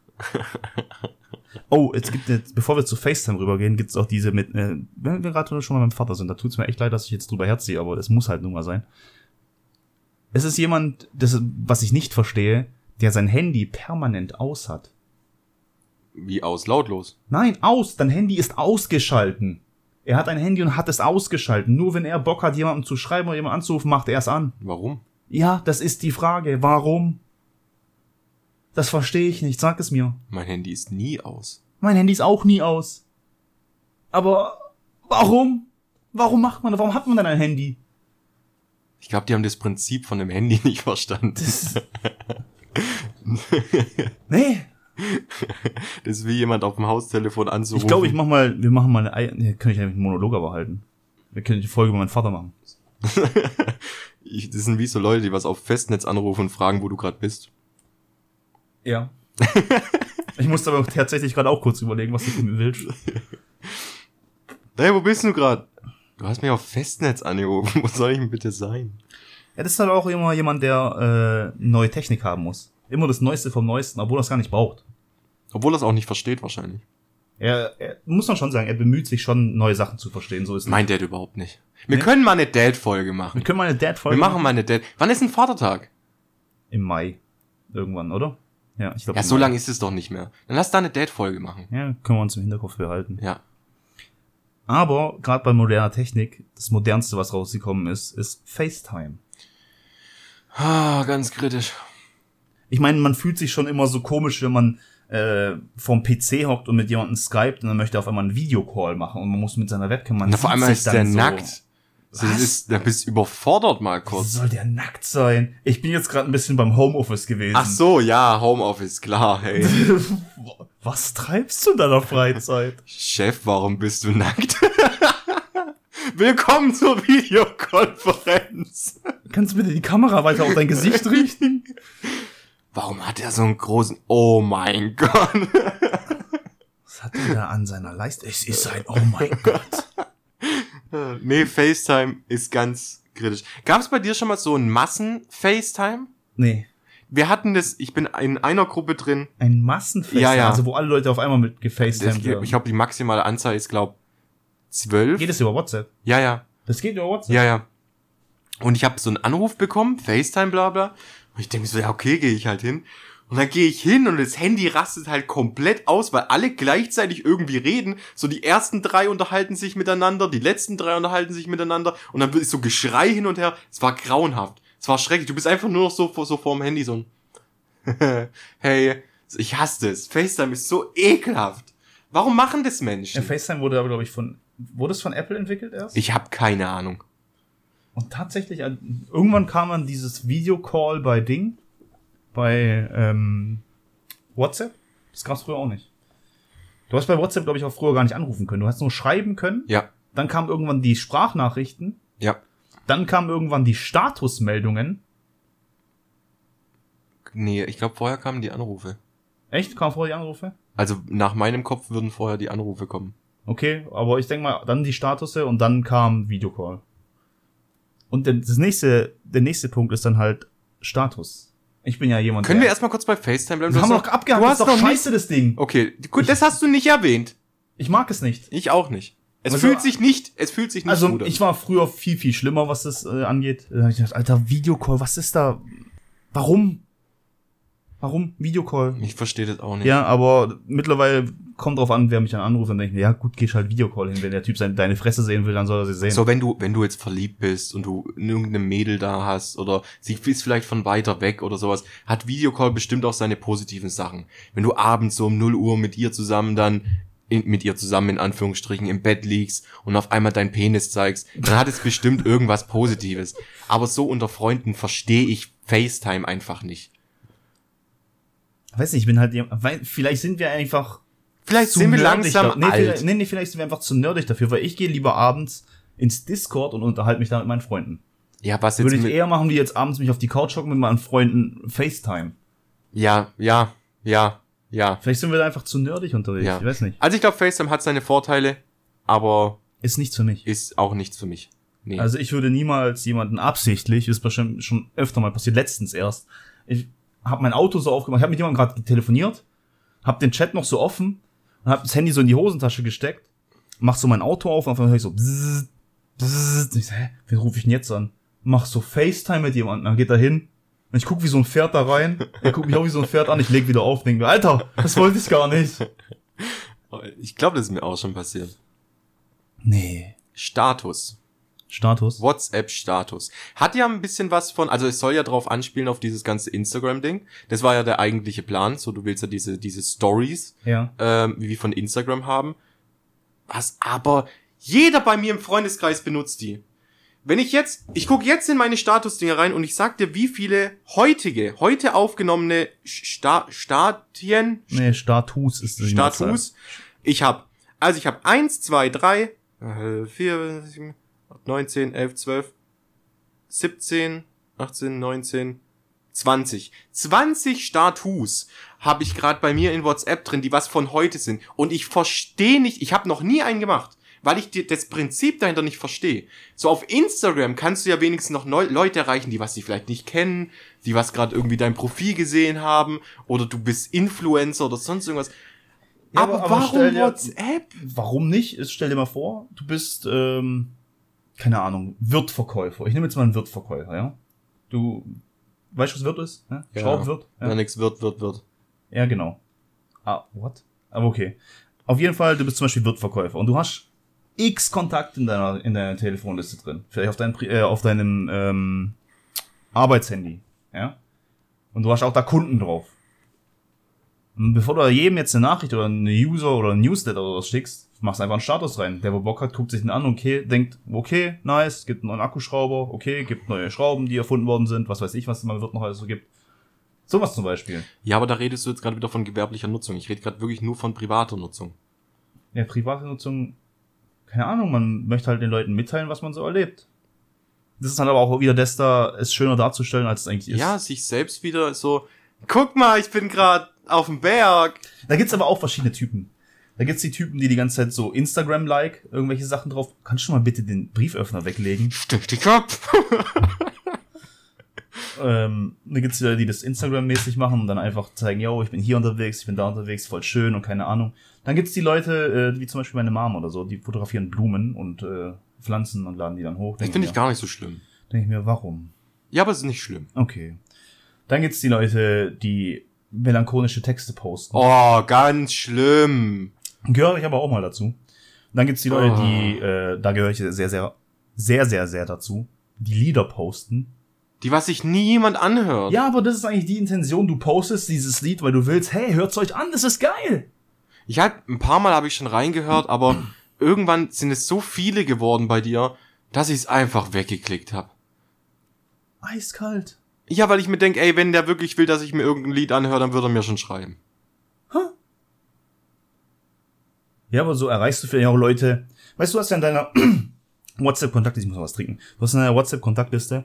Oh, bevor wir zu FaceTime rübergehen, gibt's auch diese mit, wenn wir gerade schon mal beim Vater sind, da tut's mir echt leid, dass ich jetzt drüber herziehe, aber das muss halt nun mal sein. Es ist jemand, was ich nicht verstehe, der sein Handy permanent aus hat. Wie aus? Lautlos? Nein, aus. Dein Handy ist ausgeschalten. Er hat ein Handy und hat es ausgeschalten. Nur wenn er Bock hat, jemandem zu schreiben oder jemanden anzurufen, macht er es an. Warum? Ja, das ist die Frage. Warum? Das verstehe ich nicht. Sag es mir. Mein Handy ist nie aus. Mein Handy ist auch nie aus. Aber warum? Warum macht man das? Warum hat man denn ein Handy? Ich glaube, die haben das Prinzip von dem Handy nicht verstanden. Nee. Das ist wie jemand auf dem Haustelefon anzurufen. Ich glaube, wir machen mal kann ich eigentlich einen Monolog aber halten. Wir können die Folge über meinen Vater machen. Das sind wie so Leute, die was auf Festnetz anrufen und fragen, wo du gerade bist. Ja. Ich musste aber tatsächlich gerade auch kurz überlegen, was du von mir willst. Hey, wo bist du gerade? Du hast mich auf Festnetz angerufen. Wo soll ich denn bitte sein? Ja, das ist halt auch immer jemand, der neue Technik haben muss. Immer das Neueste vom Neuesten, obwohl er es gar nicht braucht. Obwohl er es auch nicht versteht wahrscheinlich. Er muss man schon sagen, er bemüht sich schon, neue Sachen zu verstehen. So ist mein Dad überhaupt nicht. Wir können mal eine Dad-Folge machen. Wir können mal eine Dad-Folge machen. Wir machen mal eine Dad. Wann ist ein Vatertag? Im Mai. Irgendwann, oder? Ja, ich glaube. Ja, so lange ist es doch nicht mehr. Dann lass da eine Dad-Folge machen. Ja, können wir uns im Hinterkopf behalten. Ja. Aber gerade bei moderner Technik, das Modernste, was rausgekommen ist FaceTime. Ah, ganz kritisch. Ich meine, man fühlt sich schon immer so komisch, wenn man vorm PC hockt und mit jemandem skypt und dann möchte er auf einmal einen Videocall machen und man muss mit seiner Webcam... Na, vor allem ist der so nackt. Was? Da bist du überfordert mal kurz. Wie soll der nackt sein? Ich bin jetzt gerade ein bisschen beim Homeoffice gewesen. Ach so, ja, Homeoffice, klar, hey. Was treibst du in deiner Freizeit? Chef, warum bist du nackt? Willkommen zur Videokonferenz. Kannst du bitte die Kamera weiter auf dein Gesicht richten? Warum hat er so einen großen... Oh mein Gott. Was hat er da an seiner Leiste? Es ist ein Oh mein Gott. Nee, FaceTime ist ganz kritisch. Gab es bei dir schon mal so ein Massen-FaceTime? Nee. Wir hatten das, ich bin in einer Gruppe drin. Ein Massen-FaceTime? Ja. Also wo alle Leute auf einmal mit gefacetimed werden? Ich glaube, die maximale Anzahl ist, glaube 12. Geht es über WhatsApp? Ja. Das geht über WhatsApp? Ja. Und ich habe so einen Anruf bekommen, FaceTime, bla bla. Und ich denke so, ja okay, gehe ich halt hin. Und dann gehe ich hin und das Handy rastet halt komplett aus, weil alle gleichzeitig irgendwie reden. So die ersten 3 unterhalten sich miteinander, die letzten 3 unterhalten sich miteinander. Und dann ist so Geschrei hin und her. Es war grauenhaft. Es war schrecklich. Du bist einfach nur noch so vorm Handy so ein hey, ich hasse das. FaceTime ist so ekelhaft. Warum machen das Menschen? Ja, FaceTime wurde aber, glaube ich, wurde es von Apple entwickelt erst? Ich habe keine Ahnung. Und tatsächlich, irgendwann kam dann dieses Videocall bei WhatsApp. Das gab's früher auch nicht. Du hast bei WhatsApp, glaube ich, auch früher gar nicht anrufen können. Du hast nur schreiben können. Ja. Dann kamen irgendwann die Sprachnachrichten. Ja. Dann kamen irgendwann die Statusmeldungen. Nee, ich glaube, vorher kamen die Anrufe. Echt? Kamen vorher die Anrufe? Also nach meinem Kopf würden vorher die Anrufe kommen. Okay, aber ich denke mal, dann die Statusse und dann kam Videocall. Und der nächste Punkt ist dann halt Status. Ich bin ja jemand, Können wir erstmal kurz bei FaceTime bleiben? Wir haben noch abgehakt, das ist doch scheiße, das Ding. Okay, gut, das hast du nicht erwähnt. Ich mag es nicht. Ich auch nicht. Es Also, fühlt sich nicht Also, gut an. ich war früher viel, viel schlimmer, was das angeht. Da hab ich gedacht, Alter, Videocall, was ist da? Warum Videocall? Ich verstehe das auch nicht. Ja, aber mittlerweile kommt drauf an, wer mich dann anruft und denkt mir, ja gut, gehst halt Videocall hin. Wenn der Typ deine Fresse sehen will, dann soll er sie sehen. So, wenn du jetzt verliebt bist und du irgendeine Mädel da hast oder sie ist vielleicht von weiter weg oder sowas, hat Videocall bestimmt auch seine positiven Sachen. Wenn du abends so um 0 Uhr mit ihr zusammen in Anführungsstrichen im Bett liegst und auf einmal deinen Penis zeigst, dann hat es bestimmt irgendwas Positives. Aber so unter Freunden verstehe ich FaceTime einfach nicht. Ich weiß nicht, ich bin halt, vielleicht sind wir einfach Vielleicht sind wir langsam alt. Vielleicht sind wir einfach zu nerdig dafür, weil ich gehe lieber abends ins Discord und unterhalte mich da mit meinen Freunden. Ja, was jetzt würde ich eher machen, wie jetzt abends mich auf die Couch hocken mit meinen Freunden FaceTime. Ja. Vielleicht sind wir da einfach zu nerdig unterwegs, ja. Ich weiß nicht. Also ich glaube, FaceTime hat seine Vorteile, aber ist nichts für mich. Ist auch nichts für mich. Nee. Also ich würde niemals jemanden absichtlich, ist bestimmt schon öfter mal passiert, letztens erst. Ich habe mein Auto so aufgemacht, ich habe mit jemandem gerade telefoniert, habe den Chat noch so offen und habe das Handy so in die Hosentasche gesteckt, mach so mein Auto auf und auf einmal höre ich so bzzz, bzzz. Ich so, wen rufe ich denn jetzt an? Mach so FaceTime mit jemandem, dann geht er hin und ich guck wie so ein Pferd da rein, er guckt mich auch wie so ein Pferd an, ich leg wieder auf, denke mir, Alter, das wollte ich gar nicht. Ich glaube, das ist mir auch schon passiert. Nee. Status. WhatsApp-Status. Hat ja ein bisschen was von, also es soll ja drauf anspielen auf dieses ganze Instagram-Ding. Das war ja der eigentliche Plan. So, du willst ja diese Stories, ja. Wie wir von Instagram haben. Was aber jeder bei mir im Freundeskreis benutzt die. Wenn ich gucke jetzt in meine Statusdinger rein und ich sag dir, wie viele heute aufgenommene Statien. Nee, Status ist das. Status. Ich habe 1, 2, 3, 4, 9, 10, 11, 12, 17, 18, 19, 20. 20 Status habe ich gerade bei mir in WhatsApp drin, die was von heute sind. Und ich verstehe nicht, ich habe noch nie einen gemacht, weil ich das Prinzip dahinter nicht verstehe. So auf Instagram kannst du ja wenigstens noch Leute erreichen, die was dich vielleicht nicht kennen, die was gerade irgendwie dein Profil gesehen haben, oder du bist Influencer oder sonst irgendwas. Ja, aber warum WhatsApp? Warum nicht? Stell dir mal vor, du bist, keine Ahnung, Wirtverkäufer. Ich nehme jetzt mal einen Wirtverkäufer, ja? Du weißt du, was Wirt ist? Ja? Schraubenwirt? Ja, nix wird. Ja, genau. What? Aber okay. Auf jeden Fall, du bist zum Beispiel Wirtverkäufer und du hast x Kontakt in deiner Telefonliste drin. Vielleicht auf deinem Arbeitshandy, ja? Und du hast auch da Kunden drauf. Und bevor du jedem jetzt eine Nachricht oder eine User oder ein Newsletter oder was schickst, machst einfach einen Status rein. Der, wo Bock hat, guckt sich den an, okay, denkt, okay, nice, gibt einen neuen Akkuschrauber, okay, gibt neue Schrauben, die erfunden worden sind, was weiß ich, was man wird noch alles so gibt. Sowas zum Beispiel. Ja, aber da redest du jetzt gerade wieder von gewerblicher Nutzung. Ich rede gerade wirklich nur von privater Nutzung. Ja, private Nutzung, keine Ahnung, man möchte halt den Leuten mitteilen, was man so erlebt. Das ist halt aber auch wieder es schöner darzustellen, als es eigentlich ist. Ja, sich selbst wieder so, guck mal, ich bin gerade auf dem Berg. Da gibt's aber auch verschiedene Typen. Da gibt's die Typen, die ganze Zeit so Instagram-like irgendwelche Sachen drauf. Kannst du mal bitte den Brieföffner weglegen? Stich dich ab. Da gibt's wieder, die das Instagram-mäßig machen und dann einfach zeigen, yo, ich bin hier unterwegs, ich bin da unterwegs, voll schön und keine Ahnung. Dann gibt's die Leute, wie zum Beispiel meine Mom oder so, die fotografieren Blumen und Pflanzen und laden die dann hoch. Das finde ich gar nicht so schlimm. Denke ich mir, warum? Ja, aber es ist nicht schlimm. Okay. Dann gibt's die Leute, die melancholische Texte posten. Oh, ganz schlimm. Gehöre ich aber auch mal dazu. Dann gibt's die Leute, die, da gehöre ich sehr dazu, die Lieder posten. Die, was sich niemand anhört. Ja, aber das ist eigentlich die Intention. Du postest dieses Lied, weil du willst, hey, hört's euch an, das ist geil. Ein paar Mal habe ich schon reingehört, aber irgendwann sind es so viele geworden bei dir, dass ich es einfach weggeklickt habe. Eiskalt. Ja, weil ich mir denke, ey, wenn der wirklich will, dass ich mir irgendein Lied anhöre, dann würde er mir schon schreiben. Ja, aber so erreichst du vielleicht auch Leute. Weißt du, hast ja in deiner WhatsApp-Kontaktliste, ich muss noch was trinken. Du hast in deiner WhatsApp-Kontaktliste,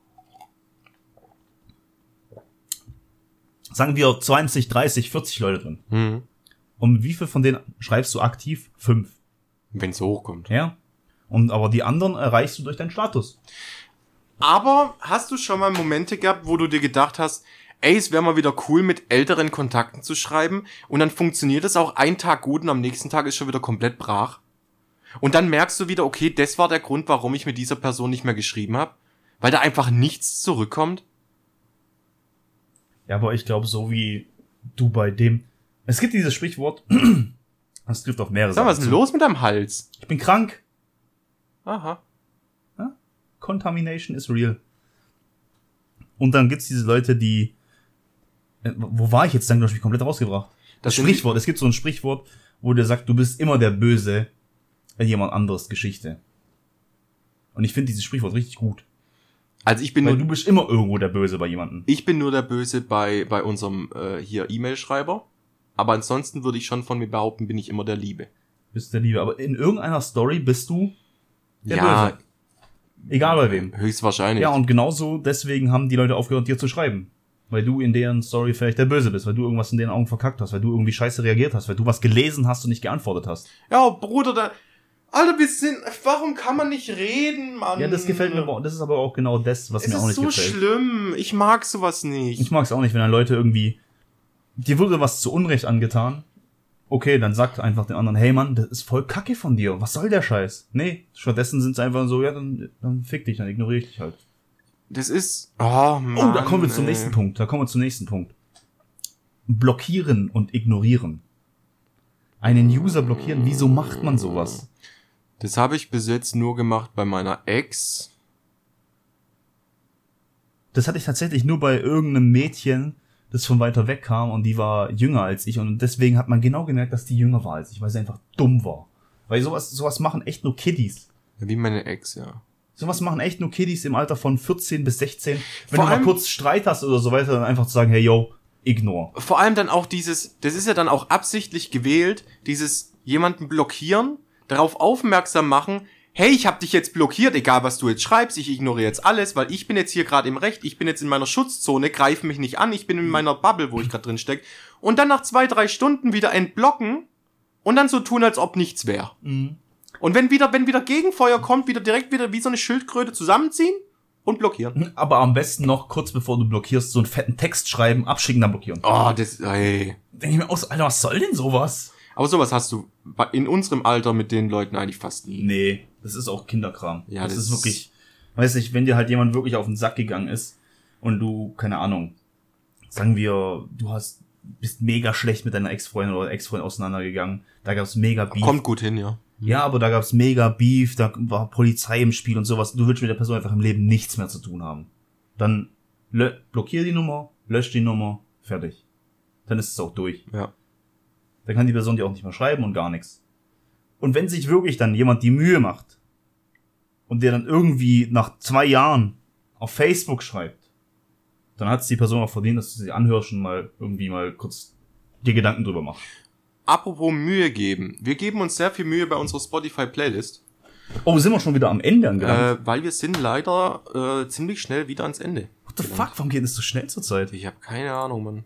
sagen wir 20, 30, 40 Leute drin. Mhm. Und wie viel von denen schreibst du aktiv? 5. Wenn es so hochkommt. Ja. Aber die anderen erreichst du durch deinen Status. Aber hast du schon mal Momente gehabt, wo du dir gedacht hast, ey, es wäre mal wieder cool, mit älteren Kontakten zu schreiben, und dann funktioniert es auch einen Tag gut und am nächsten Tag ist schon wieder komplett brach? Und dann merkst du wieder, okay, das war der Grund, warum ich mit dieser Person nicht mehr geschrieben habe, weil da einfach nichts zurückkommt? Ja, aber ich glaube, so wie du bei dem... Es gibt dieses Sprichwort, das trifft auf mehrere Sag mal, was ist denn los mit deinem Hals? Ich bin krank. Aha. Ja? Contamination is real. Und dann gibt's diese Leute, die... Wo war ich jetzt? Dann habe ich mich komplett rausgebracht. Das Sprichwort, es gibt so ein Sprichwort, wo der sagt, du bist immer der Böse in jemand anderes Geschichte. Und ich finde dieses Sprichwort richtig gut. Also ich bin Weil du bist immer irgendwo der Böse bei jemandem. Ich bin nur der Böse bei unserem hier E-Mail-Schreiber. Aber ansonsten würde ich schon von mir behaupten, bin ich immer der Liebe. Bist der Liebe. Aber in irgendeiner Story bist du der Böse. Egal bei wem. Höchstwahrscheinlich. Ja, und genauso deswegen haben die Leute aufgehört, dir zu schreiben. Weil du in deren Story vielleicht der Böse bist, weil du irgendwas in deren Augen verkackt hast, weil du irgendwie scheiße reagiert hast, weil du was gelesen hast und nicht geantwortet hast. Ja, Bruder, Alter, warum kann man nicht reden, Mann? Ja, das gefällt mir, das ist aber auch genau das, was mir auch nicht gefällt. Es ist so schlimm, ich mag sowas nicht. Ich mag es auch nicht, wenn dann Leute irgendwie, dir wurde was zu Unrecht angetan, okay, dann sagt einfach den anderen, hey Mann, das ist voll kacke von dir, was soll der Scheiß? Nee, stattdessen sind sie einfach so, ja, dann fick dich, dann ignoriere ich dich halt. Das ist, oh Mann. Oh, da kommen wir zum nächsten Punkt. Blockieren und ignorieren. Einen User blockieren, wieso macht man sowas? Das habe ich bis jetzt nur gemacht bei meiner Ex. Das hatte ich tatsächlich nur bei irgendeinem Mädchen, das von weiter weg kam und die war jünger als ich und deswegen hat man genau gemerkt, dass die jünger war als ich, weil sie einfach dumm war. Weil sowas machen echt nur Kiddies. Ja, wie meine Ex, ja. Sowas machen echt nur Kiddies im Alter von 14 bis 16. Wenn Vor du mal allem- kurz Streit hast oder so weiter, dann einfach zu sagen, hey, yo, ignore. Vor allem dann auch das ist ja dann auch absichtlich gewählt, dieses jemanden blockieren, darauf aufmerksam machen, hey, ich hab dich jetzt blockiert, egal was du jetzt schreibst, ich ignoriere jetzt alles, weil ich bin jetzt hier gerade im Recht, ich bin jetzt in meiner Schutzzone, greif mich nicht an, ich bin in meiner Bubble, wo ich gerade drin steck. Und dann nach 2-3 Stunden wieder entblocken und dann so tun, als ob nichts wäre. Mhm. Und wenn wieder Gegenfeuer kommt, direkt wieder wie so eine Schildkröte zusammenziehen und blockieren. Aber am besten noch, kurz bevor du blockierst, so einen fetten Text schreiben, abschicken, dann blockieren. Oh, ey. Denke ich mir aus, Alter, was soll denn sowas? Aber sowas hast du in unserem Alter mit den Leuten eigentlich fast nie. Nee, das ist auch Kinderkram. Ja, das das ist wirklich, weiß nicht, wenn dir halt jemand wirklich auf den Sack gegangen ist und du, keine Ahnung, sagen wir, bist mega schlecht mit deiner Ex-Freundin oder Ex-Freund auseinandergegangen, da gab's mega Beef. Kommt gut hin, ja. Ja, aber da gab's mega Beef, da war Polizei im Spiel und sowas. Du willst mit der Person einfach im Leben nichts mehr zu tun haben. Dann blockier die Nummer, lösch die Nummer, fertig. Dann ist es auch durch. Ja. Dann kann die Person dir auch nicht mehr schreiben und gar nichts. Und wenn sich wirklich dann jemand die Mühe macht und der dann irgendwie nach 2 Jahren auf Facebook schreibt, dann hat es die Person auch verdient, dass du sie anhörst und mal kurz dir Gedanken drüber machst. Apropos Mühe geben. Wir geben uns sehr viel Mühe bei unserer Spotify-Playlist. Oh, sind wir schon wieder am Ende angelangt? Weil wir sind leider ziemlich schnell wieder ans Ende. What the fuck, warum geht es so schnell zur Zeit? Ich habe keine Ahnung, Mann.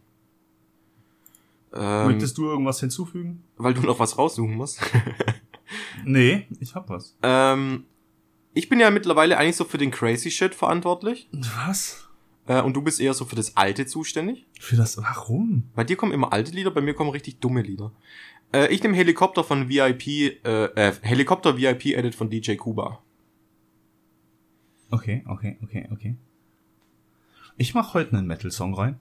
Möchtest du irgendwas hinzufügen? Weil du noch was raussuchen musst. Nee, ich hab was. Ich bin ja mittlerweile eigentlich so für den Crazy Shit verantwortlich. Was? Und du bist eher so für das Alte zuständig. Für das, warum? Bei dir kommen immer alte Lieder, bei mir kommen richtig dumme Lieder. Ich nehme Helikopter von Helikopter VIP Edit von DJ Kuba. Okay. Ich mach heute einen Metal-Song rein.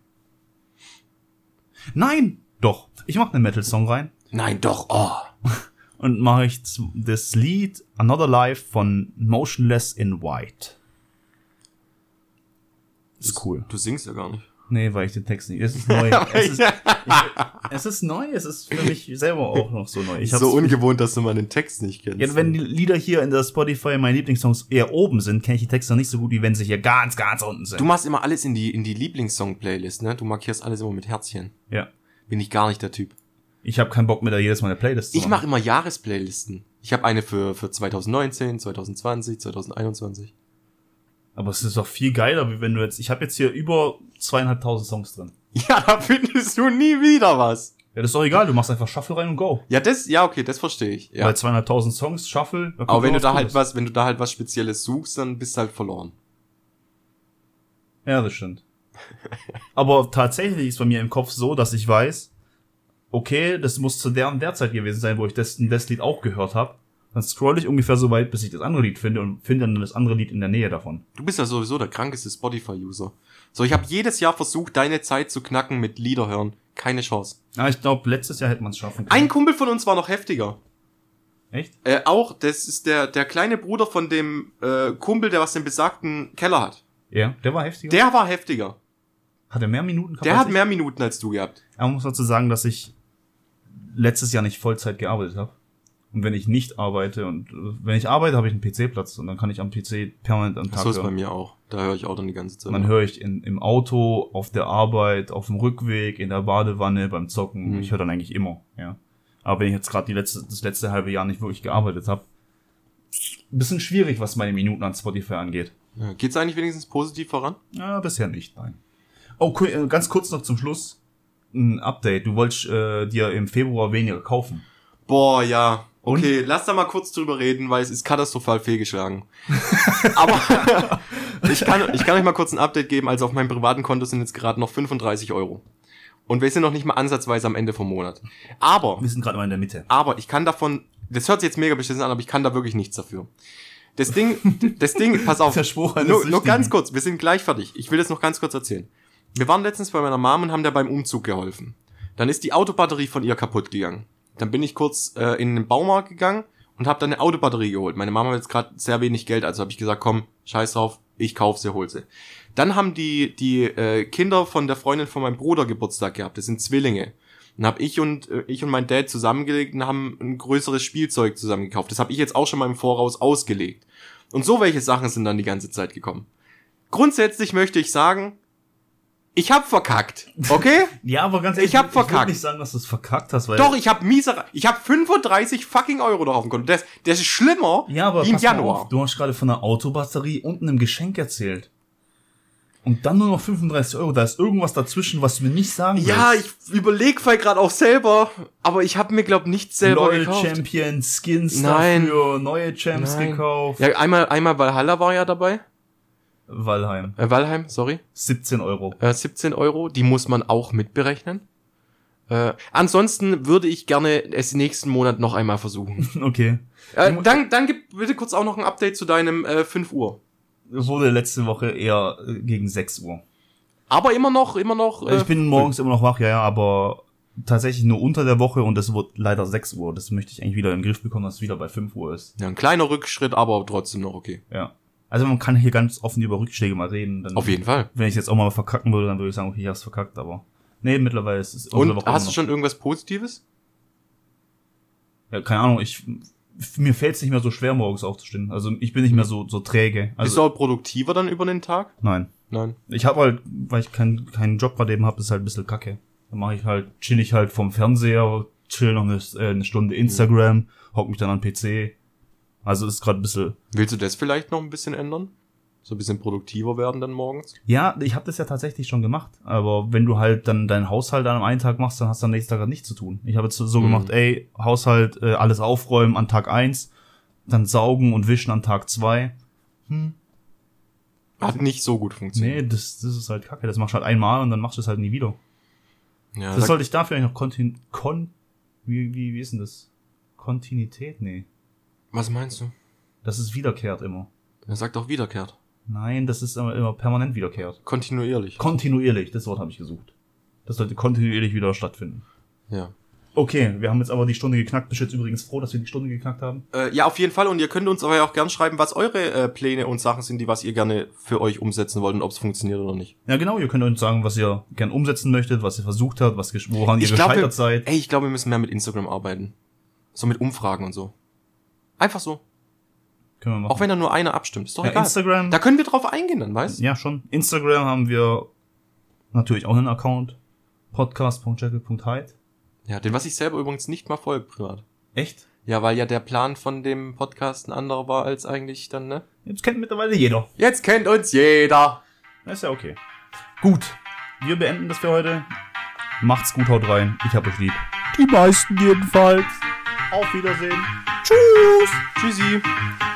Nein! Doch, ich mach einen Metal-Song rein. Nein, doch, oh. Und mache ich das Lied Another Life von Motionless in White. Ist cool. Du singst ja gar nicht. Nee, weil ich den Text nicht. Es ist neu. Es ist neu, es ist für mich selber auch noch so neu. So ungewohnt, dass du mal den Text nicht kennst. Ja, wenn die Lieder hier in der Spotify, meine Lieblingssongs, eher oben sind, kenne ich die Texte noch nicht so gut, wie wenn sie hier ganz, ganz unten sind. Du machst immer alles in die Lieblingssong-Playlist, ne? Du markierst alles immer mit Herzchen. Ja. Bin ich gar nicht der Typ. Ich habe keinen Bock mehr, da jedes Mal eine Playlist zu Ich mache immer Jahresplaylisten. Ich habe eine für 2019, 2020, 2021. Aber es ist doch viel geiler, wie wenn du jetzt, ich habe jetzt hier über 2500 Songs drin. Ja, da findest du nie wieder was. Ja, das ist doch egal, du machst einfach Shuffle rein und go. Ja, okay, das verstehe ich. Ja. Bei 200.000 Songs, Shuffle. Da kommt Aber wenn du noch was wenn du da halt was Spezielles suchst, dann bist du halt verloren. Ja, das stimmt. Aber tatsächlich ist bei mir im Kopf so, dass ich weiß, okay, das muss zu der und der Zeit gewesen sein, wo ich das Lied auch gehört habe. Dann scroll ich ungefähr so weit, bis ich das andere Lied finde und finde dann das andere Lied in der Nähe davon. Du bist ja sowieso der krankeste Spotify-User. So, ich habe jedes Jahr versucht, deine Zeit zu knacken mit Lieder hören. Keine Chance. Ja, ich glaube, letztes Jahr hätte man es schaffen können. Ein Kumpel von uns war noch heftiger. Echt? Das ist der kleine Bruder von dem Kumpel, der was den besagten Keller hat. Ja, der war heftiger. Der war heftiger. Hat er mehr Minuten gehabt? Der hat mehr Minuten als du gehabt. Aber man muss dazu sagen, dass ich letztes Jahr nicht Vollzeit gearbeitet habe. Und wenn ich nicht arbeite und wenn ich arbeite, habe ich einen PC-Platz und dann kann ich am PC permanent am Tag So ist hören. bei mir auch. Da höre ich auch dann die ganze Zeit. Dann höre ich im Auto, auf der Arbeit, auf dem Rückweg, in der Badewanne, beim Zocken. Mhm. Ich höre dann eigentlich immer, ja. Aber wenn ich jetzt gerade das letzte halbe Jahr nicht wirklich gearbeitet habe, ein bisschen schwierig, was meine Minuten an Spotify angeht. Ja, geht's eigentlich wenigstens positiv voran? Ja, bisher nicht, nein. Oh, cool, ganz kurz noch zum Schluss. Ein Update. Du wolltest dir im Februar weniger kaufen. Boah, ja. Und? Okay, lass da mal kurz drüber reden, weil es ist katastrophal fehlgeschlagen. Aber ich kann euch mal kurz ein Update geben. Also auf meinem privaten Konto sind jetzt gerade noch 35 €. Und wir sind noch nicht mal ansatzweise am Ende vom Monat. Aber Wir sind gerade mal in der Mitte. ich kann davon, das hört sich jetzt mega beschissen an, aber ich kann da wirklich nichts dafür. Das Ding, pass auf, Der Spruch eines nur Süchtigen. ganz kurz, wir sind gleich fertig. Ich will das noch ganz kurz erzählen. Wir waren letztens bei meiner Mom und haben da beim Umzug geholfen. Dann ist die Autobatterie von ihr kaputt gegangen. Dann bin ich kurz in den Baumarkt gegangen und habe dann eine Autobatterie geholt. Meine Mama hat jetzt gerade sehr wenig Geld, also habe ich gesagt, komm, scheiß drauf, ich kauf sie, hol sie. Dann haben die Kinder von der Freundin von meinem Bruder Geburtstag gehabt. Das sind Zwillinge. Dann habe ich und mein Dad zusammengelegt und haben ein größeres Spielzeug zusammen gekauft. Das habe ich jetzt auch schon mal im Voraus ausgelegt. Und so welche Sachen sind dann die ganze Zeit gekommen. Grundsätzlich möchte ich sagen, ich hab verkackt, okay? Ja, aber ganz ehrlich, ich hab ich verkackt. würde nicht sagen, dass du es verkackt hast, weil... Doch, ich hab 35 fucking Euro noch auf dem Konto. Das ist schlimmer ja, aber wie im pass mal Januar. auf, du hast gerade von einer Autobatterie und einem Geschenk erzählt. Und dann nur noch 35 Euro, da ist irgendwas dazwischen, was du mir nicht sagen willst. Ja, ich überleg vielleicht gerade auch selber, aber ich habe mir glaub nichts selber LOL gekauft. Champion Skins Nein. dafür, neue Champs gekauft. Ja, einmal Valhalla war ja dabei. Valheim, sorry. 17 Euro. 17 Euro, die muss man auch mitberechnen. Ansonsten würde ich gerne es nächsten Monat noch einmal versuchen. Okay. Dann gib bitte kurz auch noch ein Update zu deinem 5 Uhr. Wurde letzte Woche eher gegen 6 Uhr. Aber immer noch. Ich bin morgens immer noch wach, ja, aber tatsächlich nur unter der Woche und es wird leider 6 Uhr. Das möchte ich eigentlich wieder in den Griff bekommen, dass es wieder bei 5 Uhr ist. Ja, ein kleiner Rückschritt, aber trotzdem noch okay. Ja. Also man kann hier ganz offen über Rückschläge mal reden. Dann, auf jeden Fall. Wenn ich jetzt auch mal verkacken würde, dann würde ich sagen, okay, ich hab's verkackt, aber nee, mittlerweile ist es unter der Woche. Und hast du schon irgendwas Positives? Ja, keine Ahnung, mir fällt es nicht mehr so schwer, morgens aufzustehen. Also ich bin nicht mehr so träge. Also, bist du auch produktiver dann über den Tag? Nein. Ich habe halt, weil ich keinen Job bei dem habe, ist halt ein bisschen kacke. Dann chill ich halt vom Fernseher, chill noch eine Stunde Instagram, hock mich dann an den PC. Also ist gerade ein bisschen... Willst du das vielleicht noch ein bisschen ändern? So ein bisschen produktiver werden dann morgens? Ja, ich habe das ja tatsächlich schon gemacht. Aber wenn du halt dann deinen Haushalt an einem Tag machst, dann hast du am nächsten Tag halt nichts zu tun. Ich habe jetzt so gemacht, Haushalt, alles aufräumen an Tag 1, dann saugen und wischen an Tag 2. Hat nicht so gut funktioniert. Nee, das ist halt kacke. Das machst du halt einmal und dann machst du es halt nie wieder. Ja, das sollte ich dafür eigentlich noch wie ist denn das? Kontinuität? Nee. Was meinst du? Das ist wiederkehrt immer. Er sagt auch wiederkehrt. Nein, das ist immer permanent wiederkehrt. Kontinuierlich, das Wort habe ich gesucht. Das sollte kontinuierlich wieder stattfinden. Ja. Okay, wir haben jetzt aber die Stunde geknackt. Bist du jetzt übrigens froh, dass wir die Stunde geknackt haben? Ja, auf jeden Fall. Und ihr könnt uns aber auch gern schreiben, was eure Pläne und Sachen sind, was ihr gerne für euch umsetzen wollt und ob es funktioniert oder nicht. Ja, genau. Ihr könnt uns sagen, was ihr gern umsetzen möchtet, was ihr versucht habt, woran ihr gescheitert seid. Ich glaube, wir müssen mehr mit Instagram arbeiten. So mit Umfragen und so. Einfach so. Können wir machen. Auch wenn da nur einer abstimmt. Ist doch egal. Instagram. Da können wir drauf eingehen dann, weißt du? Ja, schon. Instagram haben wir natürlich auch einen Account. podcast.jekyll.hyde. Ja, den was ich selber übrigens nicht mal folge privat. Echt? Ja, weil ja der Plan von dem Podcast ein anderer war als eigentlich dann, ne? Jetzt kennt mittlerweile jeder. Jetzt kennt uns jeder. Das ist ja okay. Gut. Wir beenden das für heute. Macht's gut, haut rein. Ich hab euch lieb. Die meisten jedenfalls. Auf Wiedersehen. Tschüss. Tschüssi.